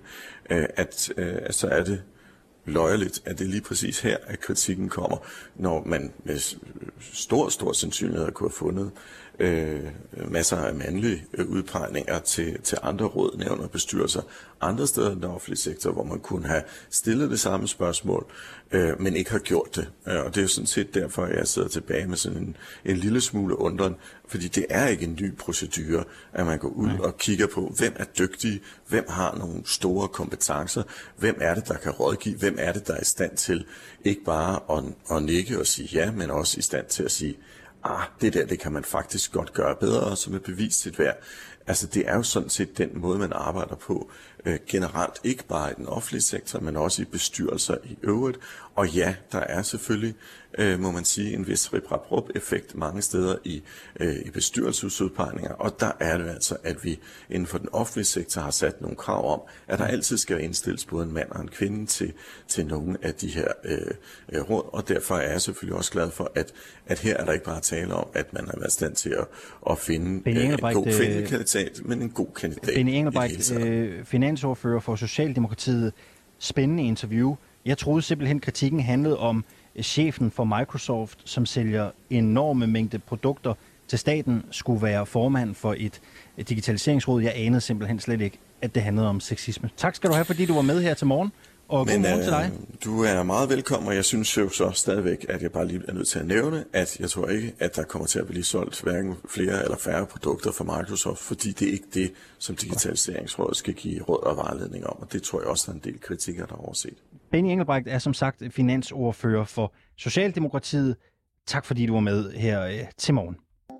at, at så er det løjerligt, at det lige præcis her, at kritikken kommer, når man med stor, stor sandsynlighed kunne have fundet øh, masser af mandlige øh, udpegninger til, til andre råd, nævn og bestyrelser, andre steder i den offentlige sektor, hvor man kunne have stillet det samme spørgsmål, øh, men ikke har gjort det. Og det er jo sådan set derfor, at jeg sidder tilbage med sådan en, en lille smule undren, fordi det er ikke en ny procedure, at man går ud og kigger på, hvem er dygtige, hvem har nogle store kompetencer, hvem er det, der kan rådgive, hvem er det, der er i stand til ikke bare at, at nikke og sige ja, men også i stand til at sige, ah, det der, det kan man faktisk godt gøre bedre, som er bevist sit værd. Altså, det er jo sådan set den måde, man arbejder på øh, generelt, ikke bare i den offentlige sektor, men også i bestyrelser i øvrigt. Og ja, der er selvfølgelig, øh, må man sige, en vis rip-rap-rup-effekt mange steder i, øh, i bestyrelsesudpegninger. Og der er det altså, at vi inden for den offentlige sektor har sat nogle krav om, at der altid skal indstilles både en mand og en kvinde til, til nogle af de her øh, råd. Og derfor er jeg selvfølgelig også glad for, at, at her er der ikke bare tale om, at man har været stand til at, at finde øh, en god kvindekandidat, men en god kandidat. Benny Engelbrecht, øh, finansordfører for Socialdemokratiet. Spændende interview. Jeg troede simpelthen, kritikken handlede om chefen for Microsoft, som sælger enorme mængde produkter til staten, skulle være formand for et, et digitaliseringsråd. Jeg anede simpelthen slet ikke, at det handlede om sexisme. Tak skal du have, fordi du var med her til morgen. Og Men, god morgen øh, til dig. Du er meget velkommen, og jeg synes jo så stadigvæk, at jeg bare lige er nødt til at nævne, at jeg tror ikke, at der kommer til at blive solgt hverken flere eller færre produkter fra Microsoft, fordi det er ikke det, som Digitaliseringsrådet skal give råd og vejledning om, og det tror jeg også, der er en del kritikere, der har overset. Benny Engelbrecht er som sagt finansordfører for Socialdemokratiet. Tak fordi du var med her øh, til morgen.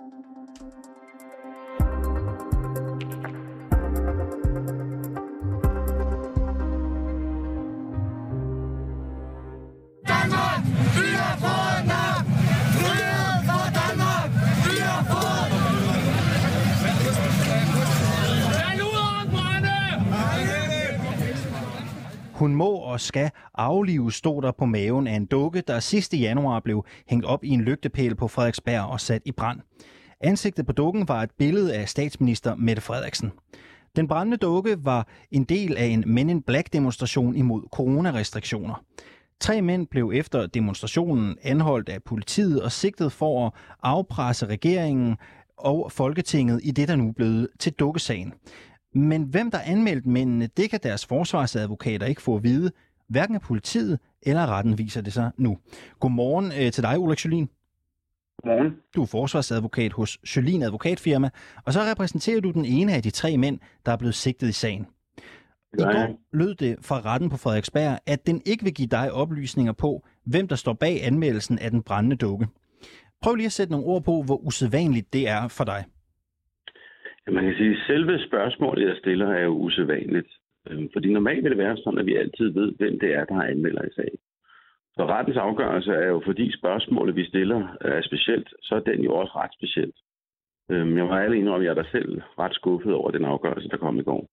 Hun må og skal aflives, stod der på maven af en dukke, der sidste januar blev hængt op i en lygtepæl på Frederiksberg og sat i brand. Ansigtet på dukken var et billede af statsminister Mette Frederiksen. Den brændende dukke var en del af en Men in Black-demonstration imod coronarestriktioner. Tre mænd blev efter demonstrationen anholdt af politiet og sigtet for at afpresse regeringen og Folketinget i det, der nu er blevet til dukkesagen. Men hvem der anmeldte mændene, det kan deres forsvarsadvokater ikke få at vide. Hverken af politiet eller retten viser det sig nu. Godmorgen øh, til dig, Ulrik Sjølin. Godmorgen. Du er forsvarsadvokat hos Sjølin Advokatfirma, og så repræsenterer du den ene af de tre mænd, der er blevet sigtet i sagen. I går lød det fra retten på Frederiksberg, at den ikke vil give dig oplysninger på, hvem der står bag anmeldelsen af den brændende dukke. Prøv lige at sætte nogle ord på, hvor usædvanligt det er for dig. Man kan sige, at selve spørgsmålet, jeg stiller, er jo usædvanligt. Fordi normalt vil det være sådan, at vi altid ved, hvem det er, der anmelder i sagen. Så rettens afgørelse er jo, fordi spørgsmålet, vi stiller, er specielt, så er den jo også ret specielt. Jeg var alle enig om, at jeg er da selv ret skuffet over den afgørelse, der kom i går.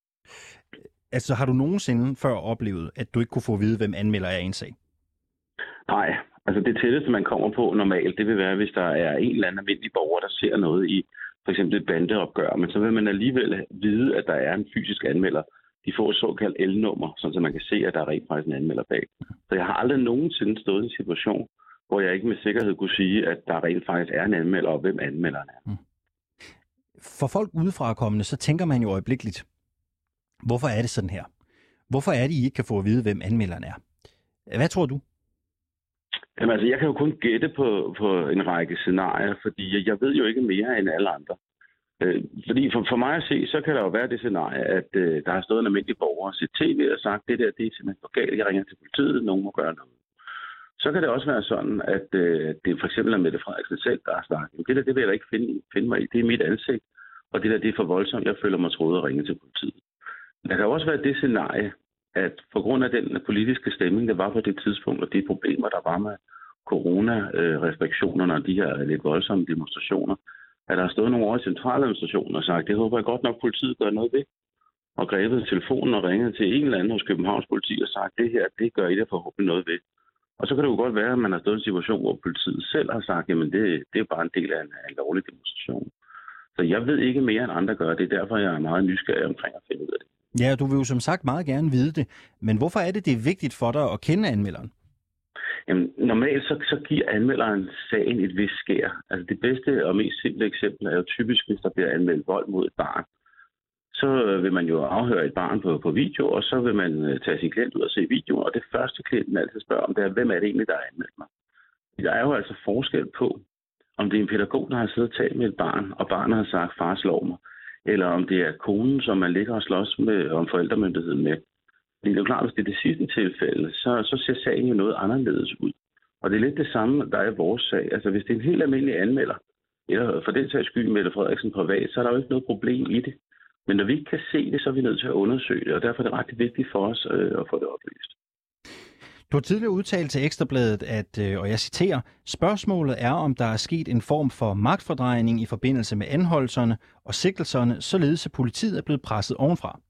Altså, har du nogensinde før oplevet, at du ikke kunne få at vide, hvem anmelder er en sag? Nej, altså det tætteste, man kommer på normalt, det vil være, hvis der er en eller anden almindelig borger, der ser noget i for eksempel et bandeopgør, men så vil man alligevel vide, at der er en fysisk anmelder. De får et såkaldt L-nummer, så man kan se, at der er rent faktisk en anmelder bag. Så jeg har aldrig nogensinde stået i en situation, hvor jeg ikke med sikkerhed kunne sige, at der rent faktisk er en anmelder, og hvem anmelderen er. For folk udefra kommende, så tænker man jo øjeblikkeligt, hvorfor er det sådan her? Hvorfor er det, I ikke kan få at vide, hvem anmelderen er? Hvad tror du? Jamen altså, jeg kan jo kun gætte på, på en række scenarier, fordi jeg ved jo ikke mere end alle andre. Øh, fordi for, for mig at se, så kan der jo være det scenarie, at øh, der har stået en almindelig borger og set tv og sagt, det der, det er simpelthen for galt, jeg ringer til politiet, nogen må gøre noget. Så kan det også være sådan, at øh, det for eksempel er Mette Frederiksen selv, der har sagt, det der, det vil jeg da ikke finde, finde mig i, det er mit ansigt, og det der, det er for voldsomt, jeg føler mig troet at ringe til politiet. Der kan også være det scenarie, at på grund af den politiske stemning, der var på det tidspunkt, og de problemer, der var med corona-restriktionerne og de her lidt voldsomme demonstrationer, at der har stået nogle år i centraladministrationen og sagt, det håber jeg godt nok, politiet gør noget ved. Og grebet telefonen og ringet til en eller anden hos Københavns politi og sagt, det her, det gør I der forhåbentlig noget ved. Og så kan det jo godt være, at man har stået i en situation, hvor politiet selv har sagt, jamen det, det er bare en del af en, en lovlig demonstration. Så jeg ved ikke mere, end andre gør. Det er derfor, jeg er meget nysgerrig omkring at finde ud af det. Ja, du vil jo som sagt meget gerne vide det. Men hvorfor er det, det er vigtigt for dig at kende anmelderen? Jamen, normalt så, så giver anmelderen sagen et vist skær. Altså det bedste og mest simple eksempel er jo typisk, hvis der bliver anmeldt vold mod et barn. Så vil man jo afhøre et barn på, på video, og så vil man tage sin klient ud og se videoen. Og det første klienten altid spørger om, det er, hvem er det egentlig, der har anmeldt mig? Der er jo altså forskel på, om det er en pædagog, der har siddet og talt med et barn, og barnet har sagt, far slår mig. Eller om det er konen, som man ligger og slås med om forældremyndigheden med. Det er jo klart, hvis det er det sidste tilfælde, så, så ser sagen jo noget anderledes ud. Og det er lidt det samme, der er i vores sag. Altså hvis det er en helt almindelig anmelder, eller for den sags skyld Mette Frederiksen privat, så er der jo ikke noget problem i det. Men når vi ikke kan se det, så er vi nødt til at undersøge det, og derfor er det ret vigtigt for os øh, at få det oplyst. Du har tidligere udtalt til Ekstrabladet, at, og jeg citerer, spørgsmålet er, om der er sket en form for magtfordrejning i forbindelse med anholdelserne og sigtelserne, således at politiet er blevet presset ovenfra.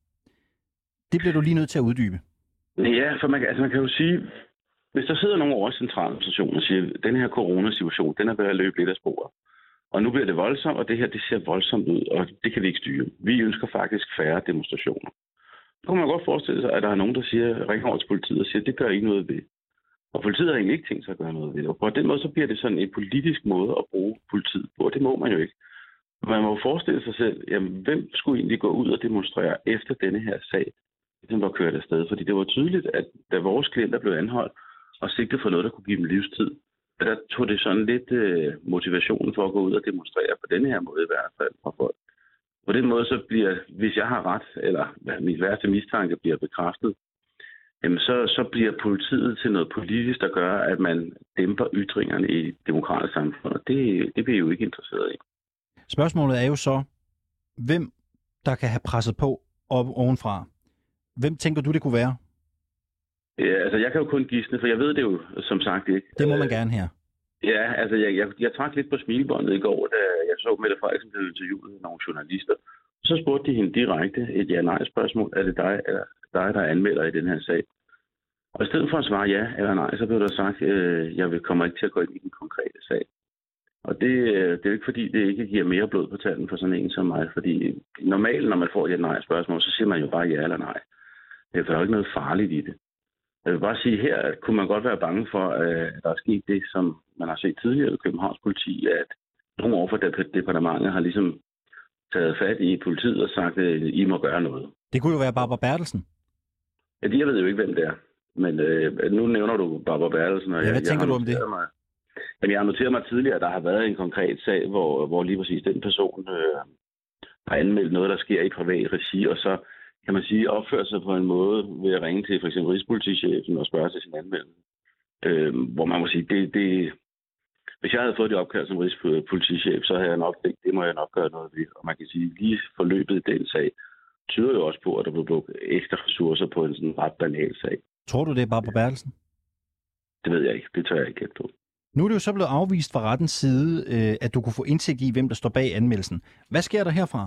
Det bliver du lige nødt til at uddybe. Ja, for man, altså man kan jo sige, hvis der sidder nogen over i centraladministrationen og siger, at den her coronasituation, den er ved at løbe lidt af sporet. Og nu bliver det voldsomt, og det her det ser voldsomt ud, og det kan vi ikke styre. Vi ønsker faktisk færre demonstrationer. Så kan man godt forestille sig, at der er nogen, der siger, ringer over til politiet og siger, at det gør ikke noget ved. Og politiet har egentlig ikke tænkt sig at gøre noget ved. Og på den måde så bliver det sådan en politisk måde at bruge politiet på, og det må man jo ikke. Man må forestille sig selv, jamen, hvem skulle egentlig gå ud og demonstrere efter denne her sag, som var kørt afsted? Fordi det var tydeligt, at da vores klienter blev anholdt og sigtet for noget, der kunne give dem livstid, der tog det sådan lidt øh, motivationen for at gå ud og demonstrere på denne her måde i hvert fald fra folk. På den måde så bliver, hvis jeg har ret, eller mit værste mistanke bliver bekræftet, jamen så, så bliver politiet til noget politisk, der gør, at man dæmper ytringerne i et demokratisk samfund, og det, det bliver jo ikke interesseret i. Spørgsmålet er jo så, hvem der kan have presset på op ovenfra. Hvem tænker du, det kunne være? Ja, altså jeg kan jo kun gisne, for jeg ved det jo som sagt ikke. Det må man gerne her. Ja, altså jeg, jeg, jeg trak lidt på smilebåndet i går, da jeg så Mette Frederiksen blev interviewet af nogle journalister. Så spurgte de hende direkte et ja-nej-spørgsmål. Er det dig, eller dig, der anmelder i den her sag? Og i stedet for at svare ja eller nej, så blev der sagt, at øh, jeg kommer ikke til at gå ind i den konkrete sag. Og det, det er jo ikke fordi, det ikke giver mere blod på tanden for sådan en som mig. Fordi normalt, når man får et ja-nej-spørgsmål, så siger man jo bare ja eller nej. For der er jo ikke noget farligt i det. Jeg vil bare sige her, at kunne man godt være bange for, at der er sket det, som man har set tidligere i Københavns politi, at nogle over for departementet har ligesom taget fat i politiet og sagt, at I må gøre noget. Det kunne jo være Barbara Bertelsen. Ja, jeg ved jo ikke, hvem det er. Men øh, nu nævner du Barbara Bertelsen. Og ja, hvad jeg, tænker jeg du om det? Mig, jamen, jeg har noteret mig tidligere, at der har været en konkret sag, hvor, hvor lige præcis den person øh, har anmeldt noget, der sker i privat regi, og så kan man sige, opfører sig på en måde ved at ringe til for eksempel Rigspolitichefen og spørge til sin anmeldelse. Øh, hvor man må sige, det, det, hvis jeg havde fået det opkald som Rigspolitichef, så havde jeg nok tænkt, det må jeg nok gøre noget ved. Og man kan sige, lige forløbet i den sag, tyder jo også på, at der blev brugt ekstra ressourcer på en sådan ret banal sag. Tror du, det er Barbara Bertelsen? Det ved jeg ikke. Det tør jeg ikke gætte på. Nu er det jo så blevet afvist fra rettens side, at du kunne få indsigt i, hvem der står bag anmeldelsen. Hvad sker der herfra?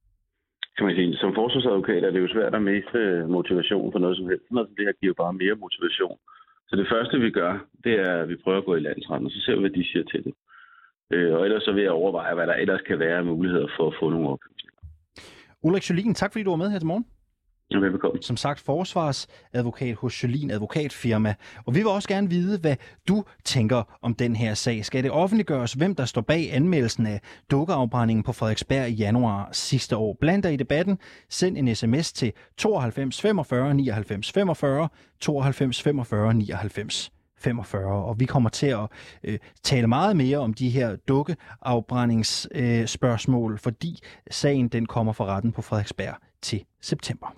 Kan man sige, som forsvarsadvokat er det jo svært at miste motivation for noget som helst. Noget som det her giver bare mere motivation Så det første, vi gør, det er, at vi prøver at gå i landsretten, og så ser vi, hvad de siger til det. Øh, og ellers så vil jeg overveje, hvad der ellers kan være af muligheder for at få nogle oplysninger. Ulrik Sjølin, tak fordi du var med her til morgen. Ja, velbekomme. Som sagt, forsvarsadvokat hos Sjølin Advokatfirma. Og vi vil også gerne vide, hvad du tænker om den her sag. Skal det offentliggøres, hvem der står bag anmeldelsen af dukkeafbrændingen på Frederiksberg i januar sidste år? Bland dig i debatten. Send en sms til tooghalvfems femogfyrre nioghalvfems femogfyrre, tooghalvfems femogfyrre nioghalvfems femogfyrre, og vi kommer til at øh, tale meget mere om de her dukkeafbrændingsspørgsmål, øh, fordi sagen den kommer fra retten på Frederiksberg til september.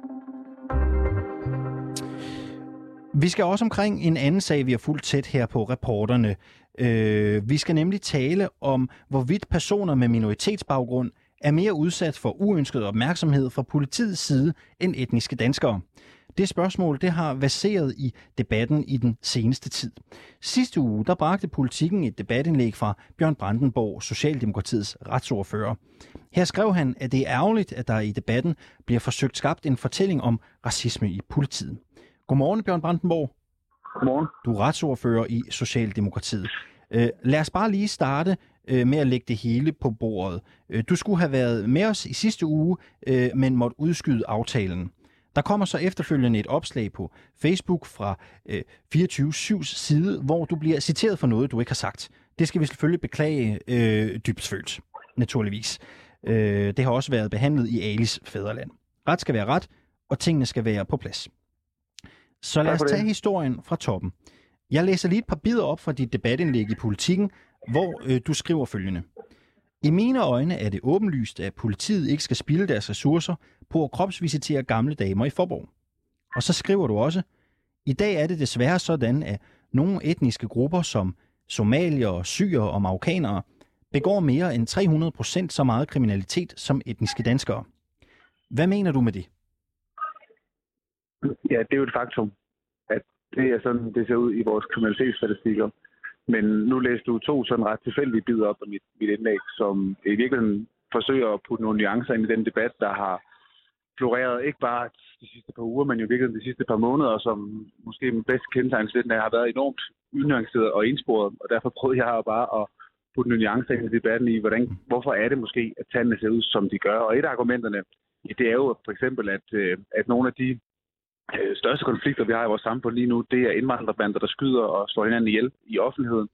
Vi skal også omkring en anden sag, vi har fulgt tæt her på reporterne. Øh, vi skal nemlig tale om, hvorvidt personer med minoritetsbaggrund er mere udsat for uønsket opmærksomhed fra politiets side end etniske danskere. Det spørgsmål det har verseret i debatten i den seneste tid. Sidste uge der bragte Politikken et debatindlæg fra Bjørn Brandenborg, Socialdemokratiets retsordfører. Her skrev han, at det er ærgerligt, at der i debatten bliver forsøgt skabt en fortælling om racisme i politiet. Godmorgen, Bjørn Brandenborg. Godmorgen. Du er retsordfører i Socialdemokratiet. Uh, lad os bare lige starte uh, med at lægge det hele på bordet. Uh, du skulle have været med os i sidste uge, uh, men måtte udskyde aftalen. Der kommer så efterfølgende et opslag på Facebook fra øh, fireogtyve syvs side, hvor du bliver citeret for noget, du ikke har sagt. Det skal vi selvfølgelig beklage øh, dybtfølt, naturligvis. Øh, det har også været behandlet i Alis fædreland. Ret skal være ret, og tingene skal være på plads. Så lad os tage historien fra toppen. Jeg læser lige et par bidder op fra dit debatindlæg i Politikken, hvor øh, du skriver følgende. I mine øjne er det åbenlyst, at politiet ikke skal spilde deres ressourcer på at kropsvisitere gamle damer i Faaborg. Og så skriver du også, i dag er det desværre sådan, at nogle etniske grupper som somaliere, syere og marokkanere begår mere end tre hundrede procent så meget kriminalitet som etniske danskere. Hvad mener du med det? Ja, det er jo et faktum, at det er sådan, det ser ud i vores kriminalitetsstatistikker. Men nu læste du to sådan ret tilfældige bidder op af mit, mit indlæg, som i virkeligheden forsøger at putte nogle nuancer ind i den debat, der har floreret ikke bare de sidste par uger, men jo virkelig de sidste par måneder, som måske med bedst kendetegnslæt har været enormt unuanceret og ensporet. Og derfor prøvede jeg bare at putte nogle nuancer ind i debatten i, hvordan, hvorfor er det måske, at tallene ser ud, som de gør. Og et af argumenterne, det er jo for eksempel, at, at nogle af de største konflikter, vi har i vores samfund lige nu, det er indvandrerbander, der skyder og slår hinanden ihjel i offentligheden.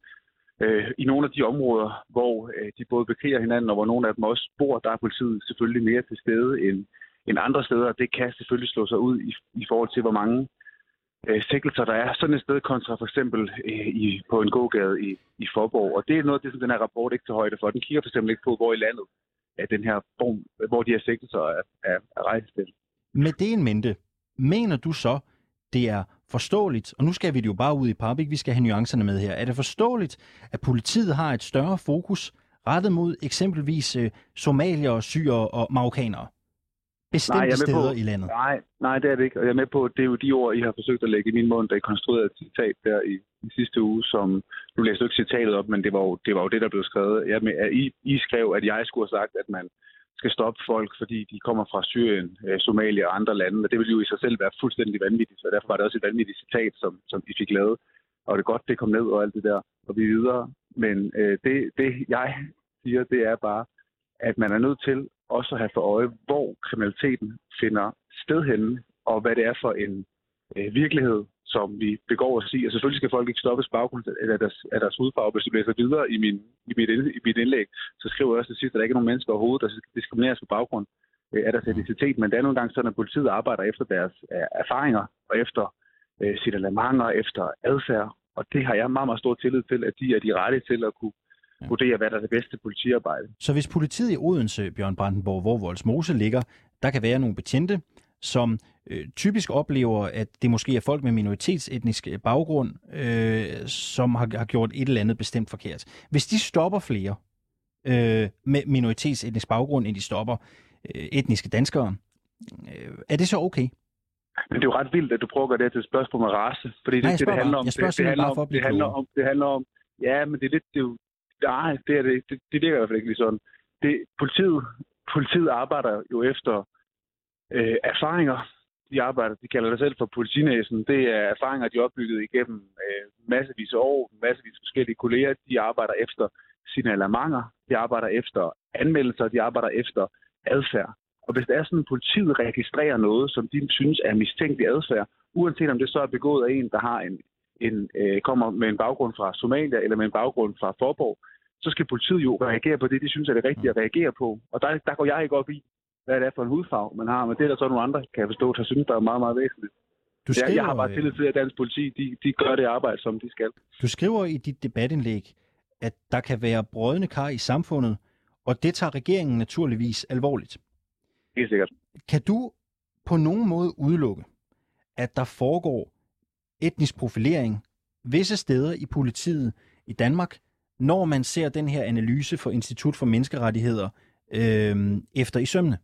I nogle af de områder, hvor de både bekriger hinanden, og hvor nogle af dem også bor, der er politiet selvfølgelig mere til stede end, end andre steder. Det kan selvfølgelig slå sig ud i, i forhold til, hvor mange øh, sigtelser der er sådan et sted kontra for eksempel øh, i, på en gågade i, i Faaborg. Og det er noget af det, som den her rapport ikke tager højde for. Den kigger for eksempel ikke på, hvor i landet er den her form, hvor de her sigtelser er, er, er rejst til. Med det en mente, mener du så, det er forståeligt, og nu skal vi det jo bare ud i pap, ikke? Vi skal have nuancerne med her. Er det forståeligt, at politiet har et større fokus rettet mod eksempelvis øh, somaliere, syere og marokkanere? Bestemte nej, steder på, i landet? Nej, nej, det er det ikke. Og jeg er med på, at det er jo de ord, I har forsøgt at lægge i min mund, da I konstruerede et citat der i, i sidste uge, som nu læste du ikke citatet op, men det var jo det, var jo det der blev skrevet. Jeg med, at I, I skrev, at jeg skulle have sagt, at man skal stoppe folk, fordi de kommer fra Syrien, Somalia og andre lande, og det ville jo i sig selv være fuldstændig vanvittigt, så derfor var det også et vanvittigt citat, som, som I fik lavet, og det er godt, det kom ned og alt det der, og vi videre. Men øh, det, det, jeg siger, det er bare, at man er nødt til også at have for øje, hvor kriminaliteten finder sted henne, og hvad det er for en øh, virkelighed, som vi begår os i. Og selvfølgelig skal folk ikke stoppes baggrund af deres, af deres hudfarve. Hvis du læser videre i, min, i, mit, i mit indlæg, så skriver jeg også til sidst, at der ikke er nogen mennesker overhovedet, der diskrimineres på baggrund af deres etnicitet. Men det er nogle gange sådan, at politiet arbejder efter deres erfaringer og efter øh, signalementer, efter adfærd. Og det har jeg meget, meget stor tillid til, at de er de rette til at kunne vurdere, hvad der er det bedste politiarbejde. Så hvis politiet i Odense, Bjørn Brandenborg, hvor Vollsmose ligger, der kan være nogle betjente, som øh, typisk oplever, at det måske er folk med minoritetsetnisk baggrund, øh, som har, har gjort et eller andet bestemt forkert. Hvis de stopper flere øh, med minoritetsetnisk baggrund, end de stopper øh, etniske danskere, øh, er det så okay? Men det er jo ret vildt, at du prøver at gøre det til et spørgsmål med race, fordi det, Nej, det, det, det handler om. Jeg spørger det, det handler om, for det handler om, det handler om, ja, men det er lidt, det er jo, nej, det, er det, det, det virker i hvert fald ikke lige sådan. Det, politiet, politiet arbejder jo efter øh, erfaringer. de arbejder, de kalder det selv for politinæsen. Det er erfaringer, de er opbygget igennem øh, massevis af år, massevis af forskellige kolleger. De arbejder efter signalementer, de arbejder efter anmeldelser, de arbejder efter adfærd. Og hvis det er sådan, at politiet registrerer noget, som de synes er mistænkelig adfærd, uanset om det så er begået af en, der har en, en, øh, kommer med en baggrund fra Somalia eller med en baggrund fra Forborg, så skal politiet jo reagere på det, de synes er det rigtige at reagere på. Og der, der går jeg ikke op i, hvad det er for en hudfarve, man har. Men det er der så nogle andre, kan jeg forstå, der synes, der er meget, meget væsentligt. Du skriver, jeg, jeg har bare tillid til, at dansk politi, de, de gør det arbejde, som de skal. Du skriver i dit debatindlæg, at der kan være brodne kar i samfundet, og det tager regeringen naturligvis alvorligt. Helt sikkert. Kan du på nogen måde udelukke, at der foregår etnisk profilering visse steder i politiet i Danmark, når man ser den her analyse for Institut for Menneskerettigheder øh, efter i sømmene?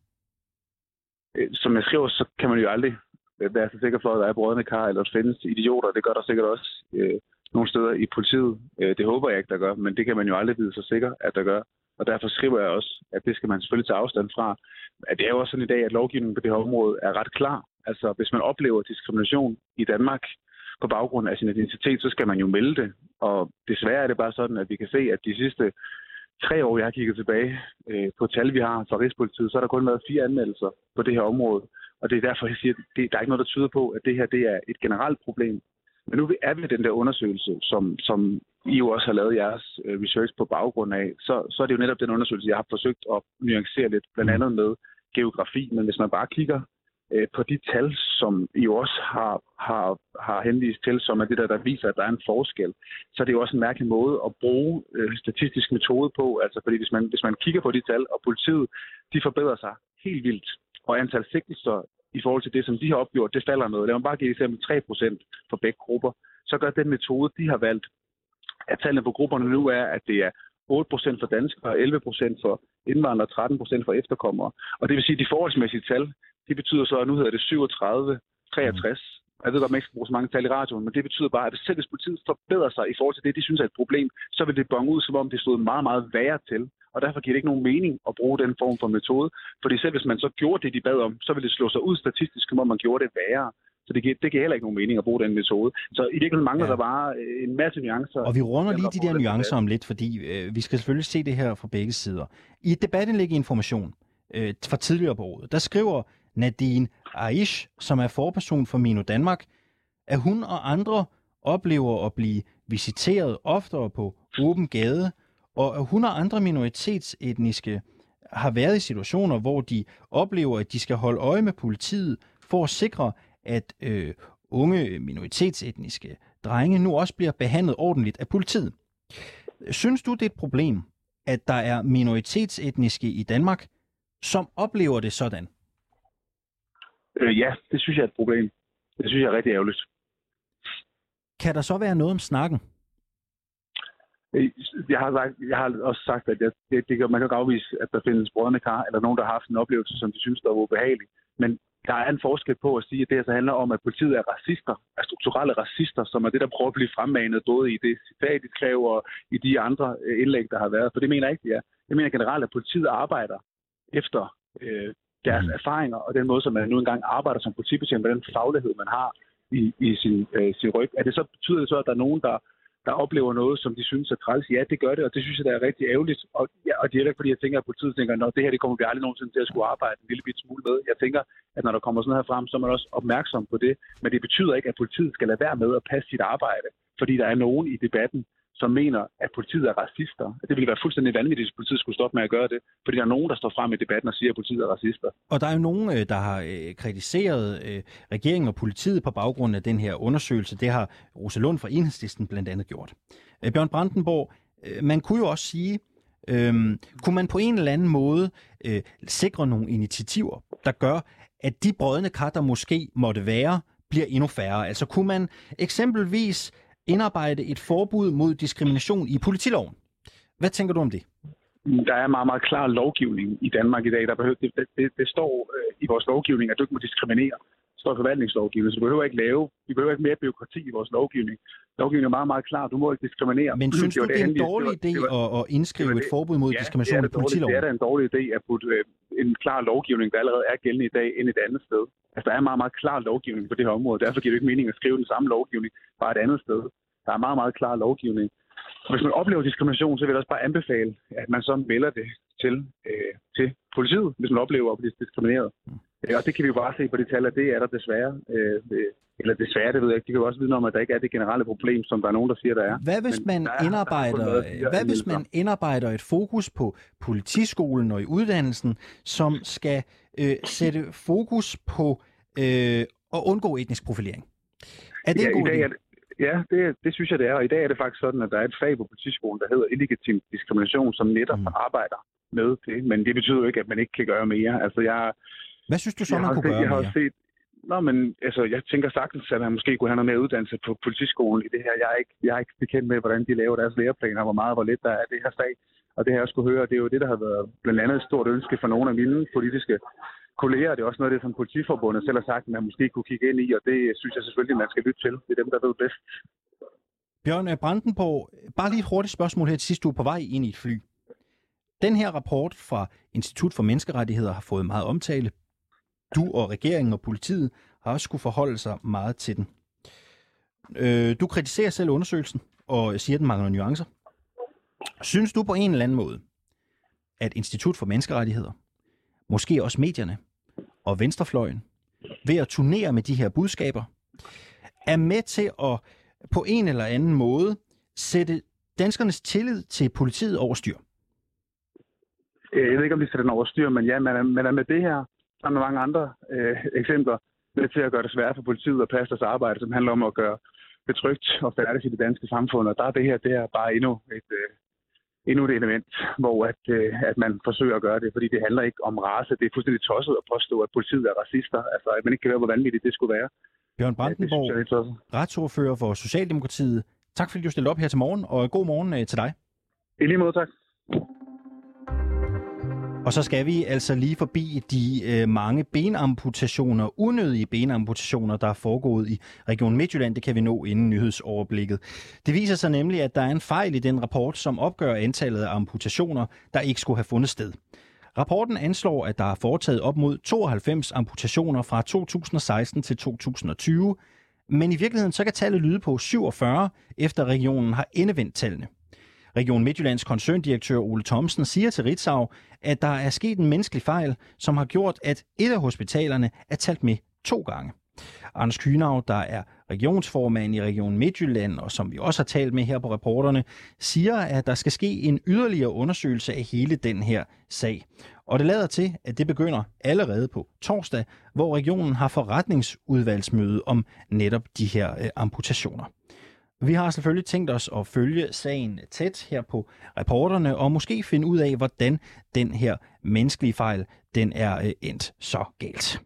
Som jeg skriver, så kan man jo aldrig være så sikker for, at der er brodne kar, eller at findes idioter. Det gør der sikkert også øh, nogle steder i politiet. Øh, det håber jeg ikke, der gør, men det kan man jo aldrig vide så sikker, at der gør. Og derfor skriver jeg også, at det skal man selvfølgelig tage afstand fra. At det er jo også sådan i dag, at lovgivningen på det her område er ret klar. Altså, hvis man oplever diskrimination i Danmark på baggrund af sin identitet, så skal man jo melde det. Og desværre er det bare sådan, at vi kan se, at de sidste tre år, jeg har kigget tilbage øh, på tal, vi har fra Rigspolitiet, så har der kun været fire anmeldelser på det her område. Og det er derfor, jeg siger, at det, der er ikke noget, der tyder på, at det her det er et generelt problem. Men nu er vi den der undersøgelse, som, som I jo også har lavet jeres research på baggrund af, så, så er det jo netop den undersøgelse, jeg har forsøgt at nuancere lidt, blandt andet med geografi. Men hvis man bare kigger øh, på de tal, som I jo også har, har, har henvist til, som er det der, der viser, at der er en forskel, så er det jo også en mærkelig måde at bruge øh, statistisk metode på. Altså fordi hvis man, hvis man kigger på de tal, og politiet, de forbedrer sig helt vildt, og antal sigtelser i forhold til det, som de har opgjort, det falder noget. Lad mig bare give eksempel tre procent for begge grupper. Så gør den metode, de har valgt, at tallene på grupperne nu er, at det er otte procent for danskere, elleve procent for indvandrere, tretten procent for efterkommere. Og det vil sige, at de forholdsmæssige tal, det betyder så, at nu hedder det syvogtredive treogtres. Jeg ved godt, man ikke skal bruge så mange tal i radioen, men det betyder bare, at selv hvis politiet forbedrer sig i forhold til det, de synes er et problem, så vil det bonge ud, som om det stod meget, meget værre til. Og derfor giver det ikke nogen mening at bruge den form for metode. Fordi selv hvis man så gjorde det, de bad om, så ville det slå sig ud statistisk, som om man gjorde det værre. Så det giver, det giver heller ikke nogen mening at bruge den metode. Så i virkeligheden mangler ja. der bare en masse nuancer. Og vi runder lige de der nuancer om lidt, fordi øh, vi skal selvfølgelig se det her fra begge sider. I et debatindlæg i Information øh, fra tidligere på året, der skriver Nadine Aish, som er forperson for Mino Danmark, at hun og andre oplever at blive visiteret oftere på åben gade, og at hun og andre minoritetsetniske har været i situationer, hvor de oplever, at de skal holde øje med politiet for at sikre, at øh, unge minoritetsetniske drenge nu også bliver behandlet ordentligt af politiet. Synes du, det er et problem, at der er minoritetsetniske i Danmark, som oplever det sådan? Øh, ja, det synes jeg er et problem. Det synes jeg er rigtig ærgerligt. Kan der så være noget om snakken? Jeg har, sagt, jeg har også sagt, at jeg, det, det, man kan ikke afvise, at der findes brodne kar, eller nogen, der har haft en oplevelse, som de synes, der var ubehagelig. Men der er en forskel på at sige, at det altså handler om, at politiet er racister, er strukturelle racister, som er det, der prøver at blive fremmanet, både i det citat, de skrev, og i de andre indlæg, der har været. For det mener jeg ikke, det er. Jeg mener generelt, at politiet arbejder efter øh, deres erfaringer, og den måde, som man nu engang arbejder som politibetjent, med den faglighed, man har i, i sin, øh, sin ryg. Er det så, betyder det så, at der er nogen, der der oplever noget, som de synes er træls? Ja, det gør det, og det synes jeg, der er rigtig ærgerligt. Og, ja, og det er ikke, fordi jeg tænker, at politiet tænker, at det her det kommer vi aldrig nogensinde til at skulle arbejde en lille bit smule med. Jeg tænker, at når der kommer sådan her frem, så er man også opmærksom på det. Men det betyder ikke, at politiet skal lade være med at passe sit arbejde, fordi der er nogen i debatten, som mener, at politiet er racister. Det ville være fuldstændig vanvittigt, hvis politiet skulle stoppe med at gøre det, fordi der er nogen, der står frem i debatten og siger, at politiet er racister. Og der er jo nogen, der har kritiseret regeringen og politiet på baggrund af den her undersøgelse. Det har Rosa Lund fra Enhedslisten blandt andet gjort. Bjørn Brandenborg, man kunne jo også sige, øhm, kunne man på en eller anden måde øh, sikre nogle initiativer, der gør, at de brodne kar, der måske måtte være, bliver endnu færre? Altså kunne man eksempelvis indarbejde et forbud mod diskrimination i politiloven? Hvad tænker du om det? Der er meget, meget klar lovgivning i Danmark i dag. Der behøver, det, det, det står øh, i vores lovgivning, at du ikke må diskriminere. står i forvaltningslovgivning, så vi behøver ikke lave, vi behøver ikke mere byråkrati i vores lovgivning. Lovgivningen er meget, meget klar. Du må ikke diskriminere. Men synes det du, det er en dårlig idé at, at indskrive et forbud mod ja, diskrimination i politiloven? Det er da en dårlig idé at putte øh, en klar lovgivning, der allerede er gældende i dag, ind et andet sted. Altså, der er meget, meget klar lovgivning på det her område. Derfor giver det ikke mening at skrive den samme lovgivning bare et andet sted. Der er meget, meget klar lovgivning. Og hvis man oplever diskrimination, så vil jeg også bare anbefale, at man så melder det til, øh, til politiet, hvis man oplever at blive diskrimineret. Mm. Og det kan vi jo bare se på de tal, at det er der desværre. Øh, eller desværre, det ved jeg ikke. De kan jo også vide om, at der ikke er det generelle problem, som der er nogen, der siger, der er. Hvad hvis man, er, indarbejder, der er hvad hvis man indarbejder et fokus på politiskolen og i uddannelsen, som skal øh, sætte fokus på øh, at undgå etnisk profilering? Er det ja, en god idé? Ja, det, det synes jeg, det er. Og i dag er det faktisk sådan, at der er et fag på politiskolen, der hedder illegitim diskrimination, som netop mm. arbejder med det. Men det betyder jo ikke, at man ikke kan gøre mere. Altså, jeg, Hvad synes du så, man kunne set, gøre jeg har mere? Set, nå, men altså, jeg tænker sagtens, at man måske kunne have noget mere uddannelse på politiskolen i det her. Jeg er ikke, jeg er ikke bekendt med, hvordan de laver deres læreplaner, hvor meget, hvor lidt der er det her sag. Og det har jeg også kunne høre, det er jo det, der har været blandt andet et stort ønske for nogle af mine politiske kolleger. Det er også noget af det, som Politiforbundet selv har sagt, at man måske kunne kigge ind i, og det synes jeg selvfølgelig, man skal lytte til. Det er dem, der ved bedst. Bjørn Brandenborg, bare lige et hurtigt spørgsmål her til sidst. Du er på vej ind i et fly. Den her rapport fra Institut for Menneskerettigheder har fået meget omtale. Du og regeringen og politiet har også skulle forholde sig meget til den. Øh, du kritiserer selv undersøgelsen og siger, at den mangler nuancer. Synes du på en eller anden måde, at Institut for Menneskerettigheder, måske også medierne og venstrefløjen, ved at turnere med de her budskaber, er med til at på en eller anden måde sætte danskernes tillid til politiet over styr? Jeg ved ikke, om de sætter den over styr, men ja, man er, man er med det her, sammen med mange andre øh, eksempler, med til at gøre det sværere for politiet at passe deres arbejde, som handler om at gøre det trygt og færdigt i det danske samfund. Og der er det her, det er bare endnu et, øh, endnu et element, hvor at, øh, at man forsøger at gøre det, fordi det handler ikke om race. Det er fuldstændig tosset at påstå, at politiet er racister. Altså, at man ikke kan høre, hvor vanvittigt det skulle være. Bjørn Brandenborg, ja, retsordfører for Socialdemokratiet. Tak fordi du stillede op her til morgen, og god morgen til dig. I lige måde, tak. Og så skal vi altså lige forbi de øh, mange benamputationer, unødige benamputationer, der er foregået i Region Midtjylland. Det kan vi nå inden nyhedsoverblikket. Det viser sig nemlig, at der er en fejl i den rapport, som opgør antallet af amputationer, der ikke skulle have fundet sted. Rapporten anslår, at der er foretaget op mod tooghalvfems amputationer fra to tusind og seksten til to tusind og tyve, men i virkeligheden så kan tallet lyde på syvogfyrre, efter regionen har endevendt tallene. Region Midtjyllands koncerndirektør Ole Thomsen siger til Ritzau, at der er sket en menneskelig fejl, som har gjort, at et af hospitalerne er talt med to gange. Anders Kühnau, der er regionsformand i Region Midtjylland, og som vi også har talt med her på reporterne, siger, at der skal ske en yderligere undersøgelse af hele den her sag. Og det lader til, at det begynder allerede på torsdag, hvor regionen har forretningsudvalgsmøde om netop de her øh, amputationer. Vi har selvfølgelig tænkt os at følge sagen tæt her på reporterne, og måske finde ud af, hvordan den her menneskelige fejl, den er øh, endt så galt.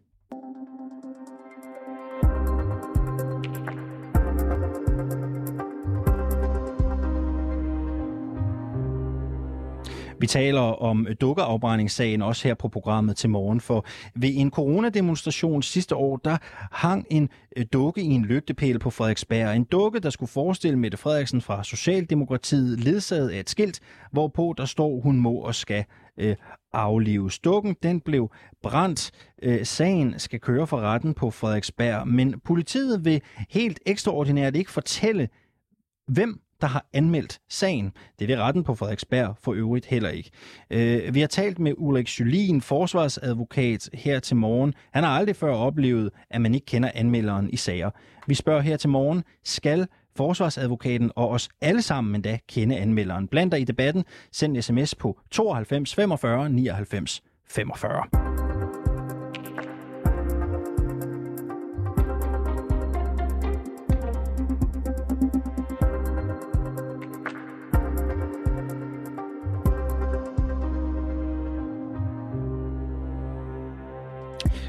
Vi taler om dukkeafbrændingssagen også her på programmet til morgen, for ved en coronademonstration sidste år, der hang en dukke i en lygtepæl på Frederiksberg. En dukke, der skulle forestille Mette Frederiksen fra Socialdemokratiet, ledsaget af et skilt, hvorpå der står, hun må og skal øh, aflives. Dukken, den blev brændt. Øh, sagen skal køre for retten på Frederiksberg, men politiet vil helt ekstraordinært ikke fortælle, hvem der har anmeldt sagen. Det vil retten på Frederiksberg for øvrigt heller ikke. Øh, vi har talt med Ulrik Julin, forsvarsadvokat, her til morgen. Han har aldrig før oplevet, at man ikke kender anmelderen i sager. Vi spørger her til morgen, skal forsvarsadvokaten og os alle sammen endda kende anmelderen? Bland dig i debatten. Send en sms på tooghalvfems femogfyrre nioghalvfems femogfyrre.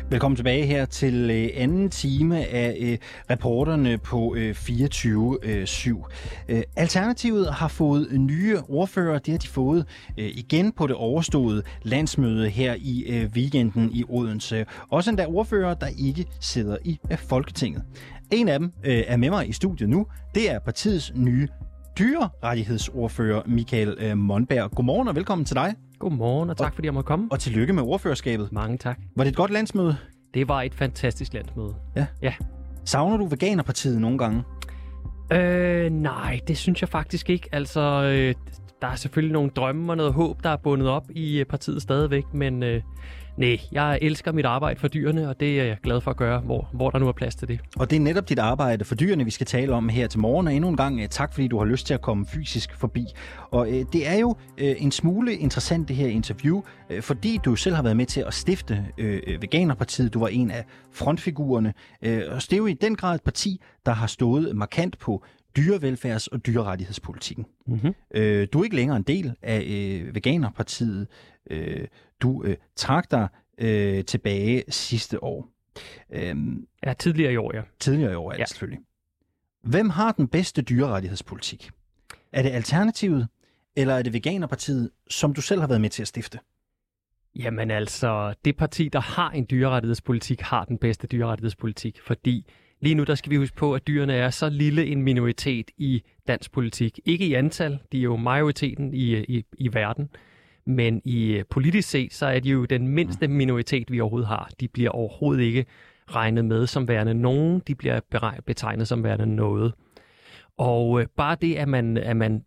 Velkommen tilbage her til øh, anden time af øh, reporterne på øh, fireogtyve syv. Øh, Alternativet har fået nye ordfører. Det har de fået øh, igen på det overståede landsmøde her i øh, weekenden i Odense. Også endda ordfører, der ikke sidder i øh, Folketinget. En af dem øh, er med mig i studiet nu. Det er partiets nye dyrerettighedsordfører, Michael øh, Monberg. Godmorgen og velkommen til dig. Godmorgen, og tak fordi jeg måtte komme. Og tillykke med ordførerskabet. Mange tak. Var det et godt landsmøde? Det var et fantastisk landsmøde. Ja. ja. Savner du Veganerpartiet nogle gange? Øh, nej, det synes jeg faktisk ikke. Altså, øh, der er selvfølgelig nogle drømme og noget håb, der er bundet op i partiet stadigvæk, men øh, nej, jeg elsker mit arbejde for dyrene, og det er jeg glad for at gøre, hvor, hvor der nu er plads til det. Og det er netop dit arbejde for dyrene, vi skal tale om her til morgen, og endnu en gang tak, fordi du har lyst til at komme fysisk forbi. Og øh, det er jo øh, en smule interessant, det her interview, øh, fordi du selv har været med til at stifte øh, Veganerpartiet. Du var en af frontfigurerne, øh, og det er jo i den grad et parti, der har stået markant på dyrevelfærds- og dyrerettighedspolitikken. Mm-hmm. Øh, du er ikke længere en del af øh, Veganerpartiet. Øh, du øh, trak dig øh, tilbage sidste år. Øh, ja, tidligere i år, ja. Tidligere i år, ja, selvfølgelig. Hvem har den bedste dyrerettighedspolitik? Er det Alternativet, eller er det Veganerpartiet, som du selv har været med til at stifte? Jamen altså, det parti, der har en dyrerettighedspolitik, har den bedste dyrerettighedspolitik, fordi lige nu der skal vi huske på, at dyrene er så lille en minoritet i dansk politik. Ikke i antal, de er jo majoriteten i, i, i verden, men i politisk set, så er de jo den mindste minoritet, vi overhovedet har. De bliver overhovedet ikke regnet med som værende nogen, de bliver betegnet som værende noget. Og øh, bare det, at man, at man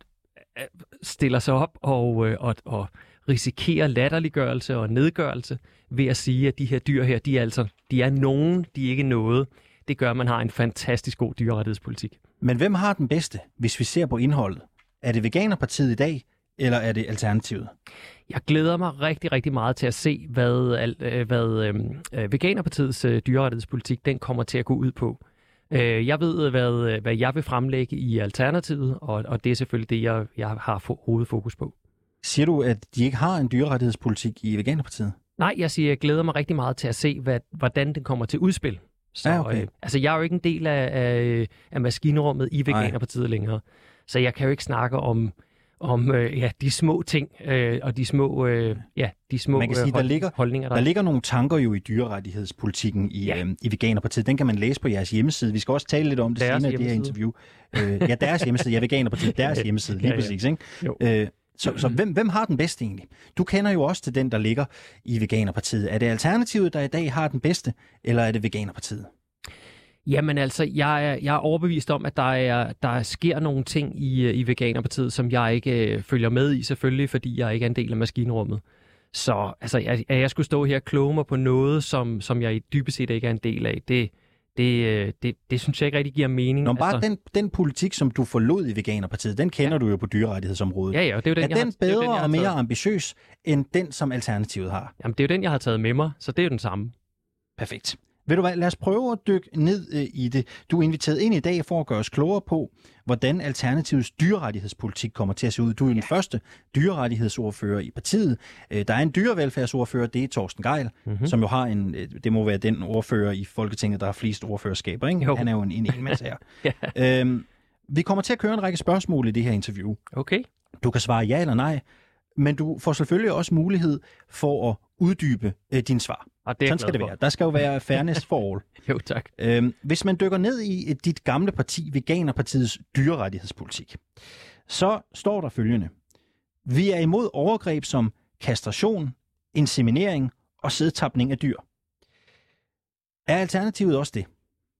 stiller sig op og, øh, og, og risikerer latterliggørelse og nedgørelse ved at sige, at de her dyr her, de er altså, de er nogen, de er ikke noget. Det gør, at man har en fantastisk god dyrerettighedspolitik. Men hvem har den bedste, hvis vi ser på indholdet? Er det Veganerpartiet i dag, eller er det Alternativet? Jeg glæder mig rigtig, rigtig meget til at se, hvad, hvad øh, Veganerpartiets øh, dyrerettighedspolitik den kommer til at gå ud på. Øh, jeg ved, hvad, hvad jeg vil fremlægge i Alternativet, og, og det er selvfølgelig det, jeg, jeg har hovedfokus på. Siger du, at de ikke har en dyrerettighedspolitik i Veganerpartiet? Nej, jeg siger, jeg glæder mig rigtig meget til at se, hvad, hvordan den kommer til udspil. Så, ja, okay. øh, altså, jeg er jo ikke en del af, af, af maskinrummet i Veganerpartiet længere, så jeg kan jo ikke snakke om om øh, ja, de små ting øh, og de små, øh, ja, de små man kan sige, øh, hold- der ligger, holdninger. Der. der ligger nogle tanker jo i dyrerettighedspolitikken i, ja. øh, i Veganerpartiet. Den kan man læse på jeres hjemmeside. Vi skal også tale lidt om det deres senere i det her interview. Øh, ja, deres hjemmeside. Ja, Veganerpartiet. Deres hjemmeside. Lige ja, ja. præcis, ikke? Øh, så så hvem, hvem har den bedste egentlig? Du kender jo også til den, der ligger i Veganerpartiet. Er det Alternativet, der i dag har den bedste, eller er det Veganerpartiet? Jamen altså, jeg er, jeg er overbevist om, at der, er, der sker nogle ting i, i Veganerpartiet, som jeg ikke øh, følger med i, selvfølgelig, fordi jeg ikke er en del af maskinrummet. Så altså, jeg, jeg skulle stå her og kloge mig på noget, som, som jeg dybest set ikke er en del af, det, det, det, det synes jeg ikke rigtig giver mening. Nå, bare altså, den, den politik, som du forlod i Veganerpartiet, den kender ja. du jo på dyrerettighedsområdet. Ja, ja, det er jo den, er jeg den har, bedre den, jeg og mere taget... ambitiøs, end den, som Alternativet har? Jamen, det er jo den, jeg har taget med mig, så det er jo den samme. Perfekt. Ved du hvad, lad os prøve at dykke ned øh, i det. Du er inviteret ind i dag for at gøre os klogere på, hvordan Alternativets dyrerettighedspolitik kommer til at se ud. Du er ja. den første dyrerettighedsordfører i partiet. Øh, der er en dyrevelfærdsordfører, det er Torsten Gejl, mm-hmm. som jo har en, øh, det må være den ordfører i Folketinget, der har flest ordførerskaber, ikke? Han er jo en enmandsherre. ja. øhm, vi kommer til at køre en række spørgsmål i det her interview. Okay. Du kan svare ja eller nej, men du får selvfølgelig også mulighed for at uddybe øh, dine svar. Og det Sådan skal det være. Der skal jo være fairness for all. Jo, tak. Øhm, hvis man dykker ned i dit gamle parti, Veganerpartiets dyrerettighedspolitik, så står der følgende. Vi er imod overgreb som kastration, inseminering og sædtapning af dyr. Er Alternativet også det?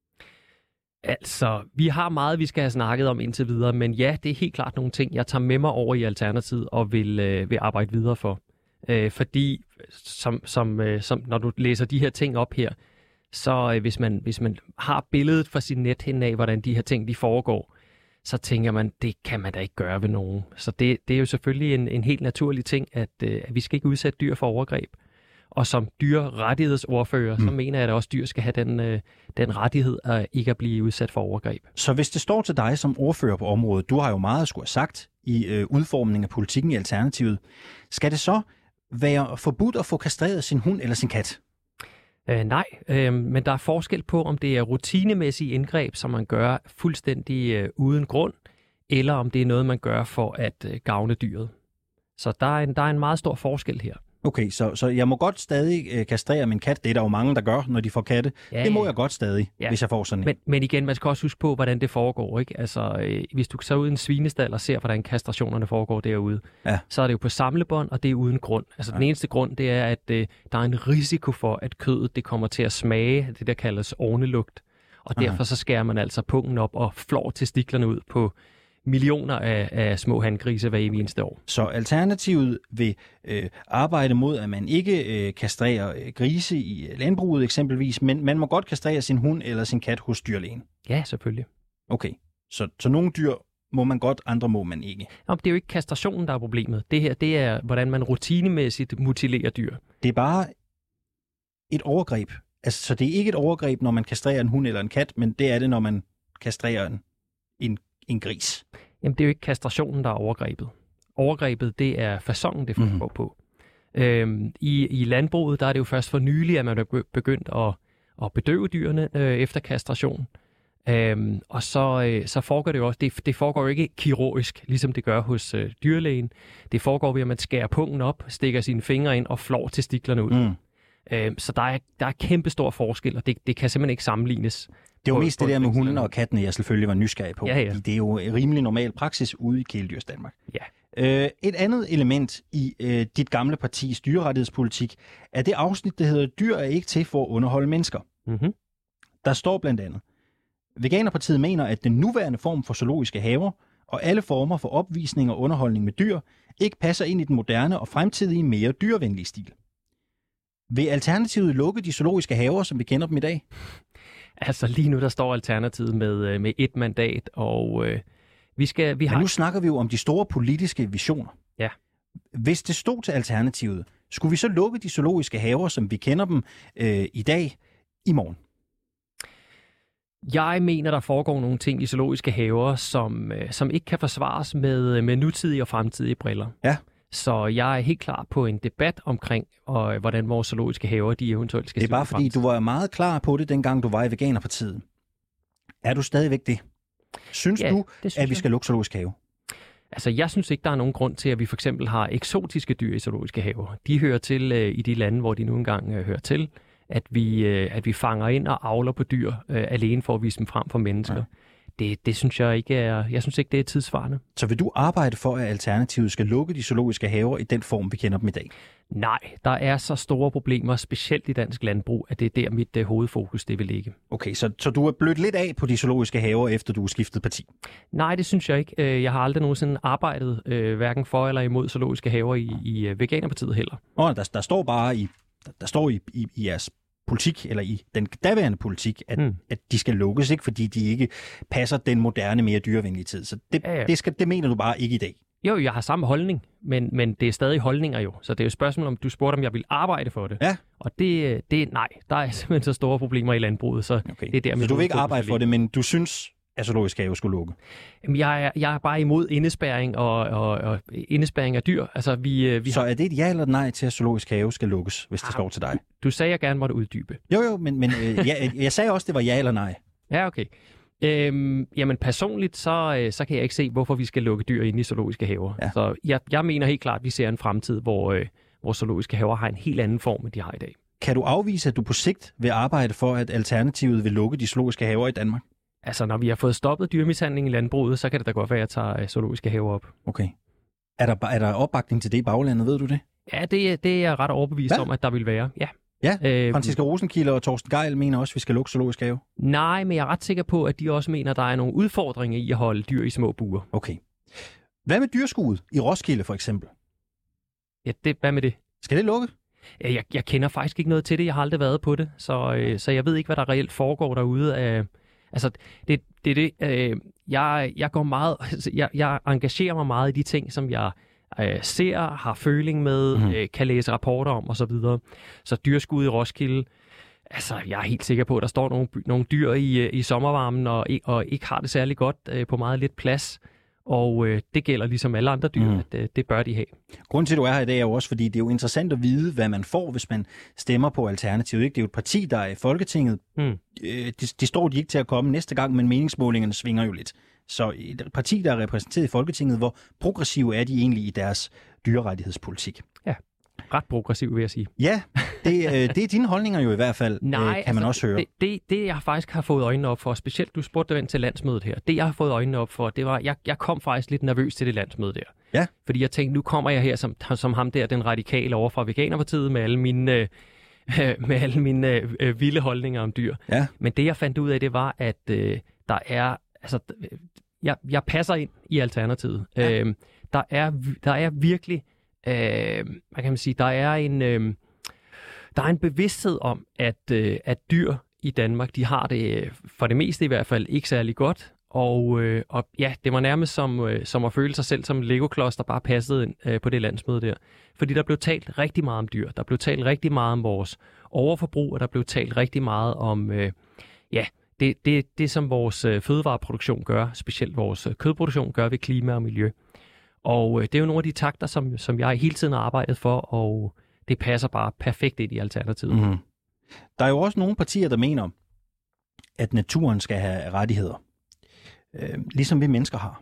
Altså, vi har meget, vi skal have snakket om indtil videre, men ja, det er helt klart nogle ting, jeg tager med mig over i Alternativet og vil, øh, vil arbejde videre for. Øh, fordi, som, som, øh, som, når du læser de her ting op her, så øh, hvis, man, hvis man har billedet fra sin net hen af, hvordan de her ting de foregår, så tænker man, det kan man da ikke gøre ved nogen. Så det, det er jo selvfølgelig en, en helt naturlig ting, at, øh, at vi skal ikke udsætte dyr for overgreb. Og som dyrerettighedsordfører, mm. så mener jeg, at også dyr skal have den, øh, den rettighed at ikke at blive udsat for overgreb. Så hvis det står til dig som ordfører på området, du har jo meget at skulle have sagt i øh, udformningen af politikken i Alternativet, skal det så være forbudt at få kastreret sin hund eller sin kat? Uh, nej, uh, men der er forskel på, om det er rutinemæssige indgreb, som man gør fuldstændig uh, uden grund, eller om det er noget, man gør for at uh, gavne dyret. Så der er, en, der er en meget stor forskel her. Okay, så, så jeg må godt stadig øh, kastrere min kat. Det er der jo mange, der gør, når de får katte. Ja, det må jeg godt stadig, ja. Hvis jeg får sådan en. Men, men igen, man skal også huske på, hvordan det foregår. Ikke? Altså, øh, hvis du så ud i en svinestald og ser, hvordan kastrationerne foregår derude, ja. Så er det jo på samlebånd, og det er uden grund. Altså ja. Den eneste grund, det er, at øh, der er en risiko for, at kødet det kommer til at smage det, der kaldes ornelugt. Og derfor Aha. så skærer man altså pungen op og flår testiklerne ud på millioner af, af små hangrise hver eneste år. Så alternativet vil øh, arbejde mod, at man ikke øh, kastrerer øh, grise i landbruget eksempelvis, men man må godt kastrere sin hund eller sin kat hos dyrlægen? Ja, selvfølgelig. Okay, så, så nogle dyr må man godt, andre må man ikke? Nå, det er jo ikke kastrationen, der er problemet. Det her, det er, hvordan man rutinemæssigt mutilerer dyr. Det er bare et overgreb. Altså, så det er ikke et overgreb, når man kastrerer en hund eller en kat, men det er det, når man kastrerer en, en en gris. Jamen, det er jo ikke kastrationen, der er overgrebet. Overgrebet, det er faconen, det foregår mm-hmm. på. Øhm, i, I landbruget, der er det jo først for nylig, at man er begyndt at, at bedøve dyrene øh, efter kastration. Øhm, og så, øh, så foregår det jo også, det, det foregår jo ikke kirurgisk, ligesom det gør hos øh, dyrlægen. Det foregår ved, at man skærer pungen op, stikker sine fingre ind og flår testiklerne ud. Mm. Øhm, så der er, der er kæmpe stor forskel, og det, det kan simpelthen ikke sammenlignes. Det var mest det der med hundene og kattene, jeg selvfølgelig var nysgerrig på. Ja, ja. Det er jo rimelig normal praksis ude i Kæledyrs Danmark. Ja. Øh, et andet element i øh, dit gamle partis dyrerettighedspolitik er det afsnit, der hedder Dyr er ikke til for at underholde mennesker. Mm-hmm. Der står blandt andet: Veganerpartiet mener, at den nuværende form for zoologiske haver og alle former for opvisning og underholdning med dyr ikke passer ind i den moderne og fremtidige mere dyrevenlige stil. Vil Alternativet lukke de zoologiske haver, som vi kender dem i dag? Altså lige nu, der står Alternativet med, med et mandat, og øh, vi skal... Vi har... Men nu snakker vi jo om de store politiske visioner. Ja. Hvis det stod til Alternativet, skulle vi så lukke de zoologiske haver, som vi kender dem øh, i dag, i morgen? Jeg mener, der foregår nogle ting i zoologiske haver, som, øh, som ikke kan forsvares med, med nutidige og fremtidige briller. Ja. Så jeg er helt klar på en debat omkring, og, hvordan vores zoologiske haver de eventuelt skal se. Det er bare fordi, du var meget klar på det, dengang du var i Veganerpartiet. Er du stadigvæk det? Synes ja, du, synes at vi jeg. skal lukke zoologiske have? Altså, jeg synes ikke, der er nogen grund til, at vi for eksempel har eksotiske dyr i zoologiske haver. De hører til øh, i de lande, hvor de nu engang øh, hører til, at vi, øh, at vi fanger ind og avler på dyr øh, alene for at vise dem frem for mennesker. Ja. Det, det synes jeg ikke er, jeg synes ikke, det er tidsvarende. Så vil du arbejde for, at Alternativet skal lukke de zoologiske haver i den form, vi kender dem i dag? Nej, der er så store problemer, specielt i dansk landbrug, at det er der mit uh, hovedfokus, det vil ligge. Okay, så, så du er blødt lidt af på de zoologiske haver, efter du er skiftet parti? Nej, det synes jeg ikke. Jeg har aldrig nogensinde arbejdet øh, hverken for eller imod zoologiske haver i, i uh, Veganerpartiet heller. Nå, der, der står bare i, der, der står i, i, i jeres politik, eller i den daværende politik, at, mm. at de skal lukkes, ikke, fordi de ikke passer den moderne, mere dyrevenlige tid. Så det, ja, ja. Det, skal, det mener du bare ikke i dag? Jo, jeg har samme holdning, men, men det er stadig holdninger jo. Så det er jo et spørgsmål, om du spurgte, om jeg vil arbejde for det. Ja. Og det, det nej, der er simpelthen så store problemer i landbruget, så okay. det er der. Så du vil ikke arbejde for det, men du synes, at zoologisk have skulle lukke? Jamen, jeg er, jeg er bare imod indespærring og, og, og indespærring af dyr. Altså, vi, vi så har... er det et ja eller nej til, at zoologisk have skal lukkes, hvis det ah, står til dig? Du sagde, at jeg gerne måtte uddybe. Jo, jo, men, men øh, jeg, jeg sagde også, det var ja eller nej. Ja, okay. Øhm, jamen personligt, så, så kan jeg ikke se, hvorfor vi skal lukke dyr inde i zoologiske haver. Ja. Så jeg, jeg mener helt klart, at vi ser en fremtid, hvor, øh, hvor zoologiske haver har en helt anden form, end de har i dag. Kan du afvise, at du på sigt vil arbejde for, at Alternativet vil lukke de zoologiske haver i Danmark? Altså, når vi har fået stoppet dyrmishandling i landbruget, så kan det da godt være, at jeg tager zoologiske haver op. Okay. Er der, er der opbakning til det i baglandet, ved du det? Ja, det, det er jeg ret overbevist Hvad? om, at der vil være. Ja. Ja, Franciska Rosenkilde og Torsten Gejl mener også, at vi skal lukke zoologisk have. Nej, men jeg er ret sikker på, at de også mener, at der er nogle udfordringer i at holde dyr i små buer. Okay. Hvad med dyrskuet i Roskilde for eksempel? Ja, det, hvad med det? Skal det lukke? Ja, jeg, jeg kender faktisk ikke noget til det. Jeg har aldrig været på det, så, øh, så jeg ved ikke, hvad der reelt foregår derude. Af, altså, det det, det øh, jeg, jeg går meget, jeg, jeg engagerer mig meget i de ting, som jeg øh, ser, har føling med, mm. øh, kan læse rapporter om osv. Så, så dyrskud i Roskilde, altså jeg er helt sikker på, at der står nogle, nogle dyr i, i sommervarmen og, og ikke har det særlig godt øh, på meget lidt plads. Og øh, det gælder ligesom alle andre dyr, mm. at øh, det bør de have. Grunden til, at du er her i dag er jo også, fordi det er jo interessant at vide, hvad man får, hvis man stemmer på Alternativet. Ikke? Det er jo et parti, der er i Folketinget. Mm. Øh, de, de står de ikke til at komme næste gang, men meningsmålingerne svinger jo lidt. Så et parti, der er repræsenteret i Folketinget, hvor progressive er de egentlig i deres dyrerettighedspolitik? Ja, ret progressiv vil jeg sige. Ja, det, øh, det er dine holdninger jo i hvert fald, Nej, øh, kan altså, man også høre. Det, det, det, jeg faktisk har fået øjnene op for, specielt du spurgte ind til landsmødet her, det jeg har fået øjnene op for, det var, jeg, jeg kom faktisk lidt nervøs til det landsmøde der. Ja. Fordi jeg tænkte, nu kommer jeg her som, som ham der, den radikale over fra Veganerpartiet, med alle mine, øh, med alle mine øh, vilde holdninger om dyr. Ja. Men det jeg fandt ud af, det var, at øh, der er, altså, jeg, jeg passer ind i Alternativet. Ja. Øh, der, er, der er virkelig, øh, hvad kan man sige, der er en... Øh, Der er en bevidsthed om, at, øh, at dyr i Danmark, de har det, for det meste i hvert fald, ikke særlig godt. Og, øh, og ja, det var nærmest som, øh, som at føle sig selv som en Lego-klods, der bare passede ind øh, på det landsmøde der. Fordi der blev talt rigtig meget om dyr. Der blev talt rigtig meget om vores overforbrug, og der blev talt rigtig meget om øh, ja, det, det, det, som vores øh, fødevareproduktion gør, specielt vores øh, kødproduktion, gør ved klima og miljø. Og øh, det er jo nogle af de takter, som, som jeg hele tiden har arbejdet for, og det passer bare perfekt ind i Alternativet. Mm-hmm. Der er jo også nogle partier, der mener, at naturen skal have rettigheder. Øh, ligesom vi mennesker har.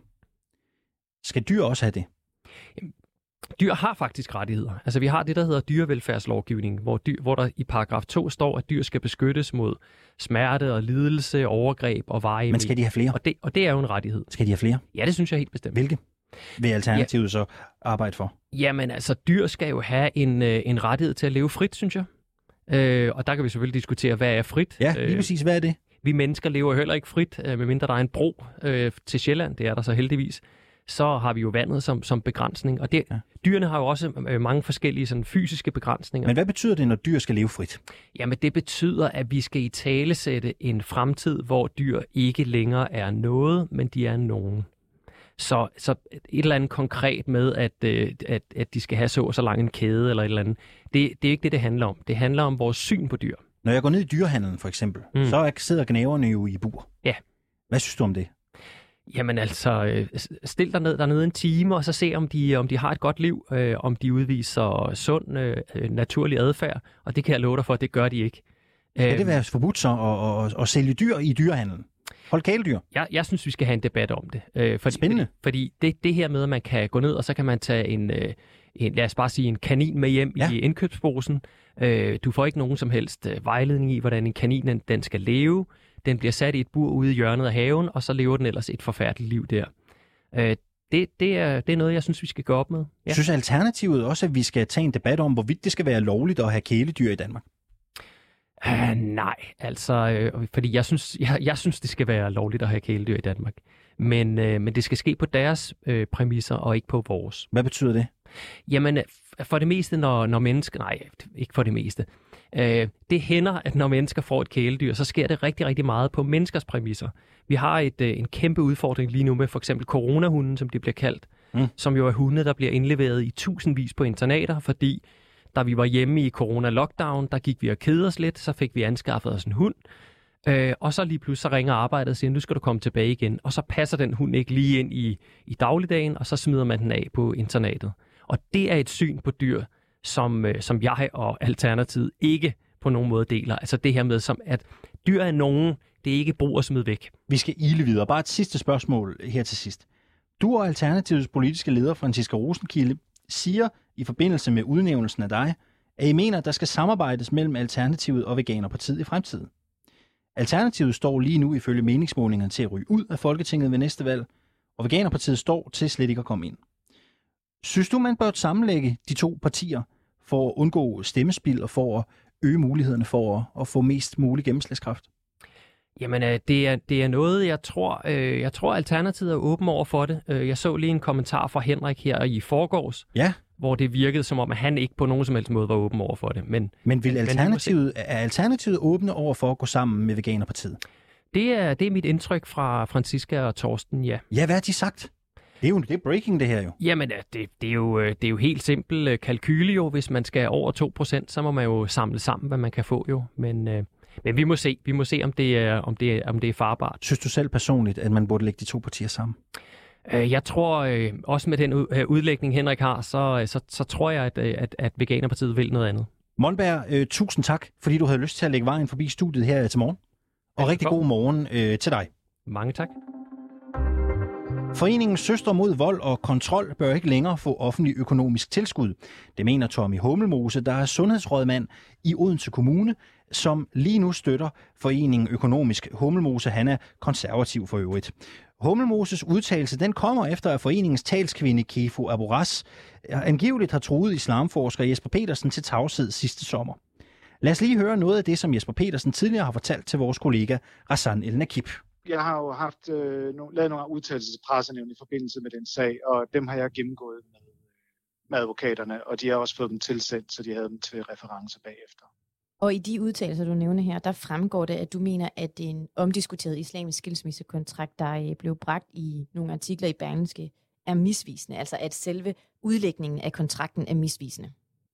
Skal dyr også have det? Jamen, dyr har faktisk rettigheder. Altså vi har det, der hedder dyrevelfærdslovgivning, hvor, dyr, hvor der i paragraf to står, at dyr skal beskyttes mod smerte og lidelse, overgreb og veje. Men skal de have flere? Og det, og det er jo en rettighed. Skal de have flere? Ja, det synes jeg helt bestemt. Hvilke vil Alternativet ja. så arbejde for? Jamen altså, dyr skal jo have en, en rettighed til at leve frit, synes jeg. Øh, og der kan vi selvfølgelig diskutere, hvad er frit? Ja, lige præcis. Hvad er det? Vi mennesker lever heller ikke frit, øh, medmindre der er en bro øh, til Sjælland. Det er der så heldigvis. Så har vi jo vandet som, som begrænsning. Og det, ja. dyrene har jo også øh, mange forskellige sådan, fysiske begrænsninger. Men hvad betyder det, når dyr skal leve frit? Jamen det betyder, at vi skal italesætte en fremtid, hvor dyr ikke længere er noget, men de er nogen. Så, så et eller andet konkret med, at, at, at de skal have så så lang en kæde eller et eller andet, det, det er ikke det, det handler om. Det handler om vores syn på dyr. Når jeg går ned i dyrehandlen for eksempel, mm. så sidder gnaverne jo i bur. Ja. Hvad synes du om det? Jamen altså, stil dig ned dernede en time, og så se, om de, om de har et godt liv, øh, om de udviser sund, øh, naturlig adfærd, og det kan jeg love dig for, at det gør de ikke. Skal det være forbudt så at, at, at sælge dyr i dyrehandlen? Hold kæledyr? Jeg, jeg synes, vi skal have en debat om det. Øh, fordi, Spændende. Fordi, fordi det, det her med, at man kan gå ned, og så kan man tage en, øh, en lad os bare sige, en kanin med hjem ja. i indkøbsposen. Øh, du får ikke nogen som helst øh, vejledning i, hvordan en kanin den, den skal leve. Den bliver sat i et bur ude i hjørnet af haven, og så lever den ellers et forfærdeligt liv der. Øh, det, det, er, det er noget, jeg synes, vi skal gå op med. Ja. Synes Alternativet også, at vi skal tage en debat om, hvorvidt det skal være lovligt at have kæledyr i Danmark? Uh, nej, altså, øh, fordi jeg synes, jeg, jeg synes, det skal være lovligt at have kæledyr i Danmark. Men, øh, men det skal ske på deres øh, præmisser, og ikke på vores. Hvad betyder det? Jamen, for det meste, når, når mennesker... Nej, ikke for det meste. Øh, det hænder, at når mennesker får et kæledyr, så sker det rigtig, rigtig meget på menneskers præmisser. Vi har et, øh, en kæmpe udfordring lige nu med for eksempel coronahunden, som de bliver kaldt, mm. som jo er hunde, der bliver indleveret i tusindvis på internater, fordi da vi var hjemme i corona-lockdown, der gik vi og kedede os lidt, så fik vi anskaffet os en hund, øh, og så lige pludselig så ringer arbejdet og siger, nu skal du komme tilbage igen, og så passer den hund ikke lige ind i, i dagligdagen, og så smider man den af på internatet. Og det er et syn på dyr, som, øh, som jeg og Alternativet ikke på nogen måde deler. Altså det her med, som at dyr er nogen, det er ikke brug at smide væk. Vi skal ile videre. Bare et sidste spørgsmål her til sidst. Du og Alternativets politiske leder, Franciska Rosenkilde, siger i forbindelse med udnævnelsen af dig, at I mener, at der skal samarbejdes mellem Alternativet og Veganerpartiet i fremtiden. Alternativet står lige nu ifølge meningsmålingerne til at ryge ud af Folketinget ved næste valg, og Veganerpartiet står til slet ikke at komme ind. Synes du, man bør sammenlægge de to partier for at undgå stemmespil og for at øge mulighederne for at, at få mest mulig gennemslagskraft? Jamen, det er, det er noget, jeg tror, øh, jeg tror Alternativet er åben over for det. Jeg så lige en kommentar fra Henrik her i forgårs, ja. hvor det virkede som om, at han ikke på nogen som helst måde var åben over for det. Men, men vil Alternativet, men er Alternativet åbne over for at gå sammen med Veganerpartiet? Det er, det er mit indtryk fra Franciska og Torsten, ja. Ja, hvad har de sagt? Det er jo det er breaking, det her jo. Jamen, det, det, er jo, det er jo helt simpelt kalkyle jo. Hvis man skal over to procent, så må man jo samle sammen, hvad man kan få jo. Men, men vi må se, vi må se om, det er, om, det er, om det er farbart. Synes du selv personligt, at man burde lægge de to partier sammen? Jeg tror øh, også med den udlægning, Henrik har, så, så, så tror jeg, at, at, at Veganerpartiet vil noget andet. Monberg, øh, tusind tak, fordi du havde lyst til at lægge vejen forbi studiet her til morgen. Og rigtig god morgen øh, til dig. Mange tak. Foreningen Søstre mod vold og kontrol bør ikke længere få offentlig økonomisk tilskud. Det mener Tommy Hummelmose, der er sundhedsrådmand i Odense Kommune, som lige nu støtter foreningen økonomisk. Hummelmose, han er konservativ for øvrigt. Hummelmoses udtalelse, den kommer efter, at foreningens talskvinde Kefo Aboras angiveligt har truet islamforsker Jesper Petersen til tavshed sidste sommer. Lad os lige høre noget af det, som Jesper Petersen tidligere har fortalt til vores kollega Razan El Nakib. Jeg har jo haft øh, no, lavet nogle udtalelser til pressenævnet i forbindelse med den sag, og dem har jeg gennemgået med, med advokaterne, og de har også fået dem tilsendt, så de havde dem til reference bagefter. Og i de udtalelser, du nævner her, der fremgår det, at du mener, at det er en omdiskuteret islamisk skilsmissekontrakt, der blev bragt i nogle artikler i Berlingske, er misvisende, altså at selve udlægningen af kontrakten er misvisende.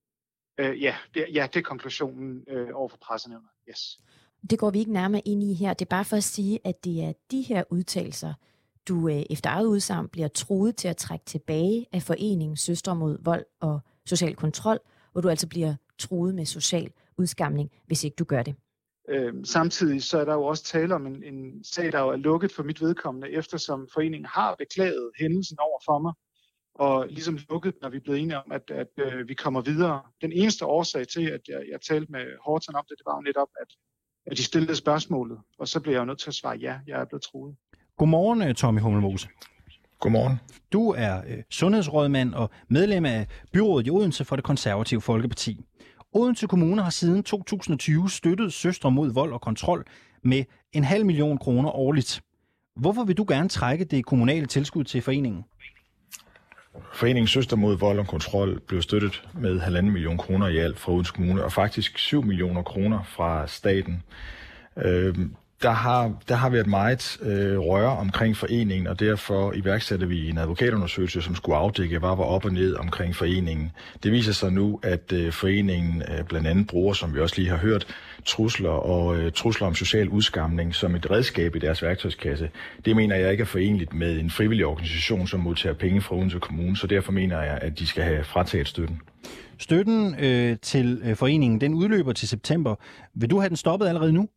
Øh, ja, det, ja, det er konklusionen øh, over for pressenævnet, yes. Det går vi ikke nærmere ind i her. Det er bare for at sige, at det er de her udtalelser, du øh, efter eget udsagn bliver truet til at trække tilbage af foreningen Søstre mod vold og social kontrol, hvor du altså bliver truet med social udskamning, hvis ikke du gør det. Øh, samtidig så er der jo også tale om en, en sag, der jo er lukket for mit vedkommende, eftersom foreningen har beklaget hændelsen over for mig, og ligesom lukket, når vi er blevet enige om, at, at, at vi kommer videre. Den eneste årsag til, at jeg, jeg talte med Horton om det, det var jo netop, at at de stillede spørgsmålet, og så blev jeg jo nødt til at svare ja, jeg er blevet truet. Godmorgen, Tommy Hummelmose. Godmorgen. Du er øh, sundhedsrådmand og medlem af byrådet i Odense for det konservative Folkeparti. Odense Kommune har siden to tusind og tyve støttet Søstre mod vold og kontrol med en halv million kroner årligt. Hvorfor vil du gerne trække det kommunale tilskud til foreningen? Foreningen Søstre mod vold og kontrol blev støttet med halvanden million kroner i alt fra Odense Kommune, og faktisk syv millioner kroner fra staten. Øh, der, har, der har været meget øh, røre omkring foreningen, og derfor iværksatte vi en advokatundersøgelse, som skulle afdække, hvad var op og ned omkring foreningen. Det viser sig nu, at øh, foreningen øh, blandt andet bruger, som vi også lige har hørt, trusler og øh, trusler om social udskamning som et redskab i deres værktøjskasse. Det mener jeg ikke er forenligt med en frivillig organisation, som modtager penge fra Odense Kommune, så derfor mener jeg, at de skal have frataget støtten. Støtten øh, til øh, foreningen, den udløber til september. Vil du have den stoppet allerede nu?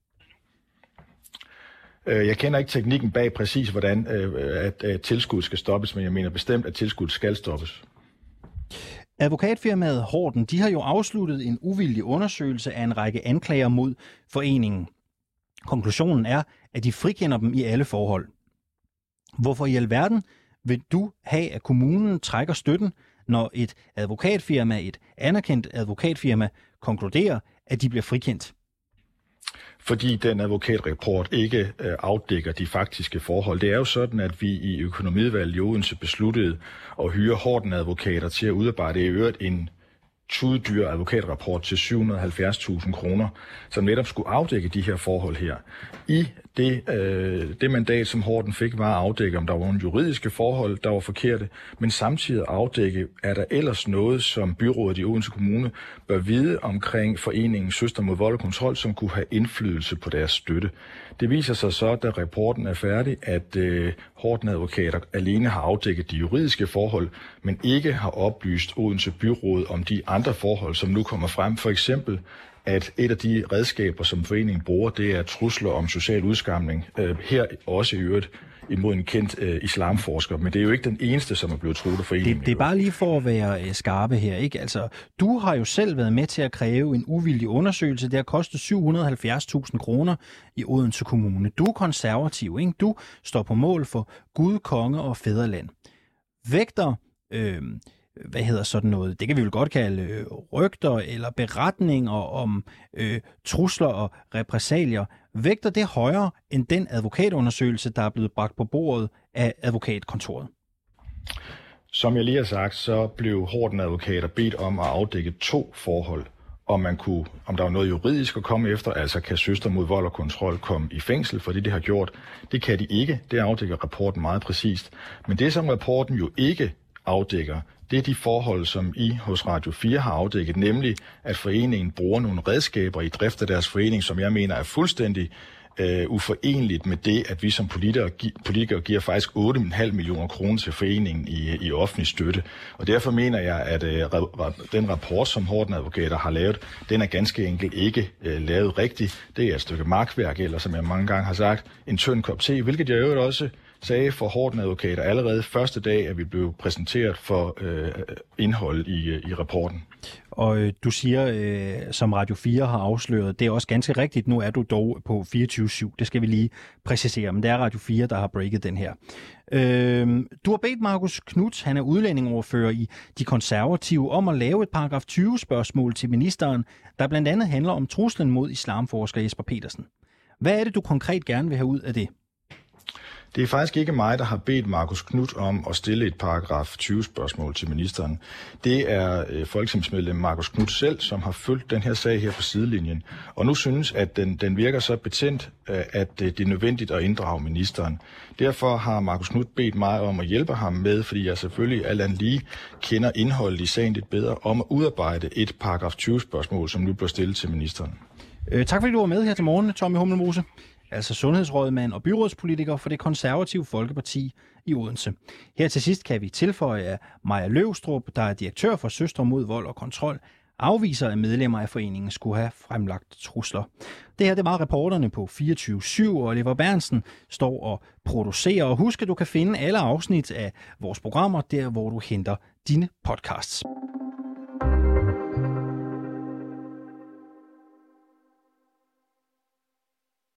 Jeg kender ikke teknikken bag præcis, hvordan øh, at, at tilskud skal stoppes, men jeg mener bestemt, at tilskud skal stoppes. Advokatfirmaet Horton, de har jo afsluttet en uvildig undersøgelse af en række anklager mod foreningen. Konklusionen er, at de frikender dem i alle forhold. Hvorfor i alverden vil du have, at kommunen trækker støtten, når et advokatfirma, et anerkendt advokatfirma, konkluderer, at de bliver frikendt? Fordi den advokatrapport ikke øh, afdækker de faktiske forhold. Det er jo sådan, at vi i økonomiudvalget i Odense besluttede at hyre Horton-advokater til at udarbejde i øvrigt en tudedyr advokatrapport til syv hundrede og halvfjerds tusind kroner, som netop skulle afdække de her forhold her. I det, øh, det mandat, som Horton fik, var at afdække, om der var nogle juridiske forhold, der var forkerte, men samtidig afdække, er der ellers noget, som byrådet i Odense Kommune bør vide omkring foreningen Søstre mod vold og kontrol, som kunne have indflydelse på deres støtte. Det viser sig så, da rapporten er færdig, at øh, Horton-advokater alene har afdækket de juridiske forhold, men ikke har oplyst Odense Byråd om de andre forhold, som nu kommer frem. For eksempel, at et af de redskaber, som foreningen bruger, det er trusler om social udskamning. Øh, her også i øvrigt imod en kendt øh, islamforsker, men det er jo ikke den eneste, som er blevet truet af foreningen. Det, det er bare lige for at være øh, skarpe her, ikke? Altså, du har jo selv været med til at kræve en uvildig undersøgelse. Det har kostet syv hundrede og halvfjerds tusind kroner i Odense Kommune. Du er konservativ, ikke? Du står på mål for Gud, konge og fædreland. Vægter, øh, hvad hedder sådan noget, det kan vi vel godt kalde øh, rygter eller beretninger om øh, trusler og repressalier. Vægter det højere end den advokatundersøgelse, der er blevet bragt på bordet af advokatkontoret? Som jeg lige har sagt, så blev Horton-advokater bedt om at afdække to forhold. Om, man kunne, om der var noget juridisk at komme efter, altså kan Søstre mod vold og kontrol komme i fængsel for det, de har gjort. Det kan de ikke. Det afdækker rapporten meget præcist. Men det, som rapporten jo ikke afdækker, det er de forhold, som I hos Radio fire har afdækket, nemlig at foreningen bruger nogle redskaber i drift af deres forening, som jeg mener er fuldstændig øh, uforenligt med det, at vi som politikere, gi- politikere giver faktisk otte komma fem millioner kroner til foreningen i, i offentlig støtte. Og derfor mener jeg, at øh, ra- den rapport, som Horten Advokater har lavet, den er ganske enkelt ikke øh, lavet rigtigt. Det er et stykke markværk, eller som jeg mange gange har sagt, en tynd kop te, hvilket jeg øvrigt også sagde for Horten Advokater allerede første dag, at vi blev præsenteret for øh, indhold i, i rapporten. Og øh, du siger, øh, som Radio fire har afsløret, det er også ganske rigtigt, nu er du dog på fireogtyve syv, det skal vi lige præcisere, men det er Radio fire, der har breaket den her. Øh, du har bedt Marcus Knuth, han er udlændingeordfører i De Konservative, om at lave et paragraf tyve spørgsmål til ministeren, der blandt andet handler om truslen mod islamforsker Jesper Petersen. Hvad er det, du konkret gerne vil have ud af det? Det er faktisk ikke mig, der har bedt Marcus Knuth om at stille et paragraf tyve spørgsmål til ministeren. Det er øh, folketingsmedlem Marcus Knuth selv, som har fulgt den her sag her på sidelinjen. Og nu synes, at den, den virker så betændt, øh, at øh, det er nødvendigt at inddrage ministeren. Derfor har Marcus Knuth bedt mig om at hjælpe ham med, fordi jeg selvfølgelig alt andet lige kender indholdet i sagen lidt bedre, om at udarbejde et paragraf tyve spørgsmål, som nu bliver stillet til ministeren. Øh, tak fordi du var med her til morgen, Tommy Hummelmose. Altså sundhedsrådmand og byrådspolitiker for Det Konservative Folkeparti i Odense. Her til sidst kan vi tilføje, at Maja Løvstrup, der er direktør for Søstre mod vold og kontrol, afviser, at medlemmer af foreningen skulle have fremlagt trusler. Det her det var reporterne på fireogtyve syv, og Oliver Bernsen står og producerer. Og husk, at du kan finde alle afsnit af vores programmer der, hvor du henter dine podcasts.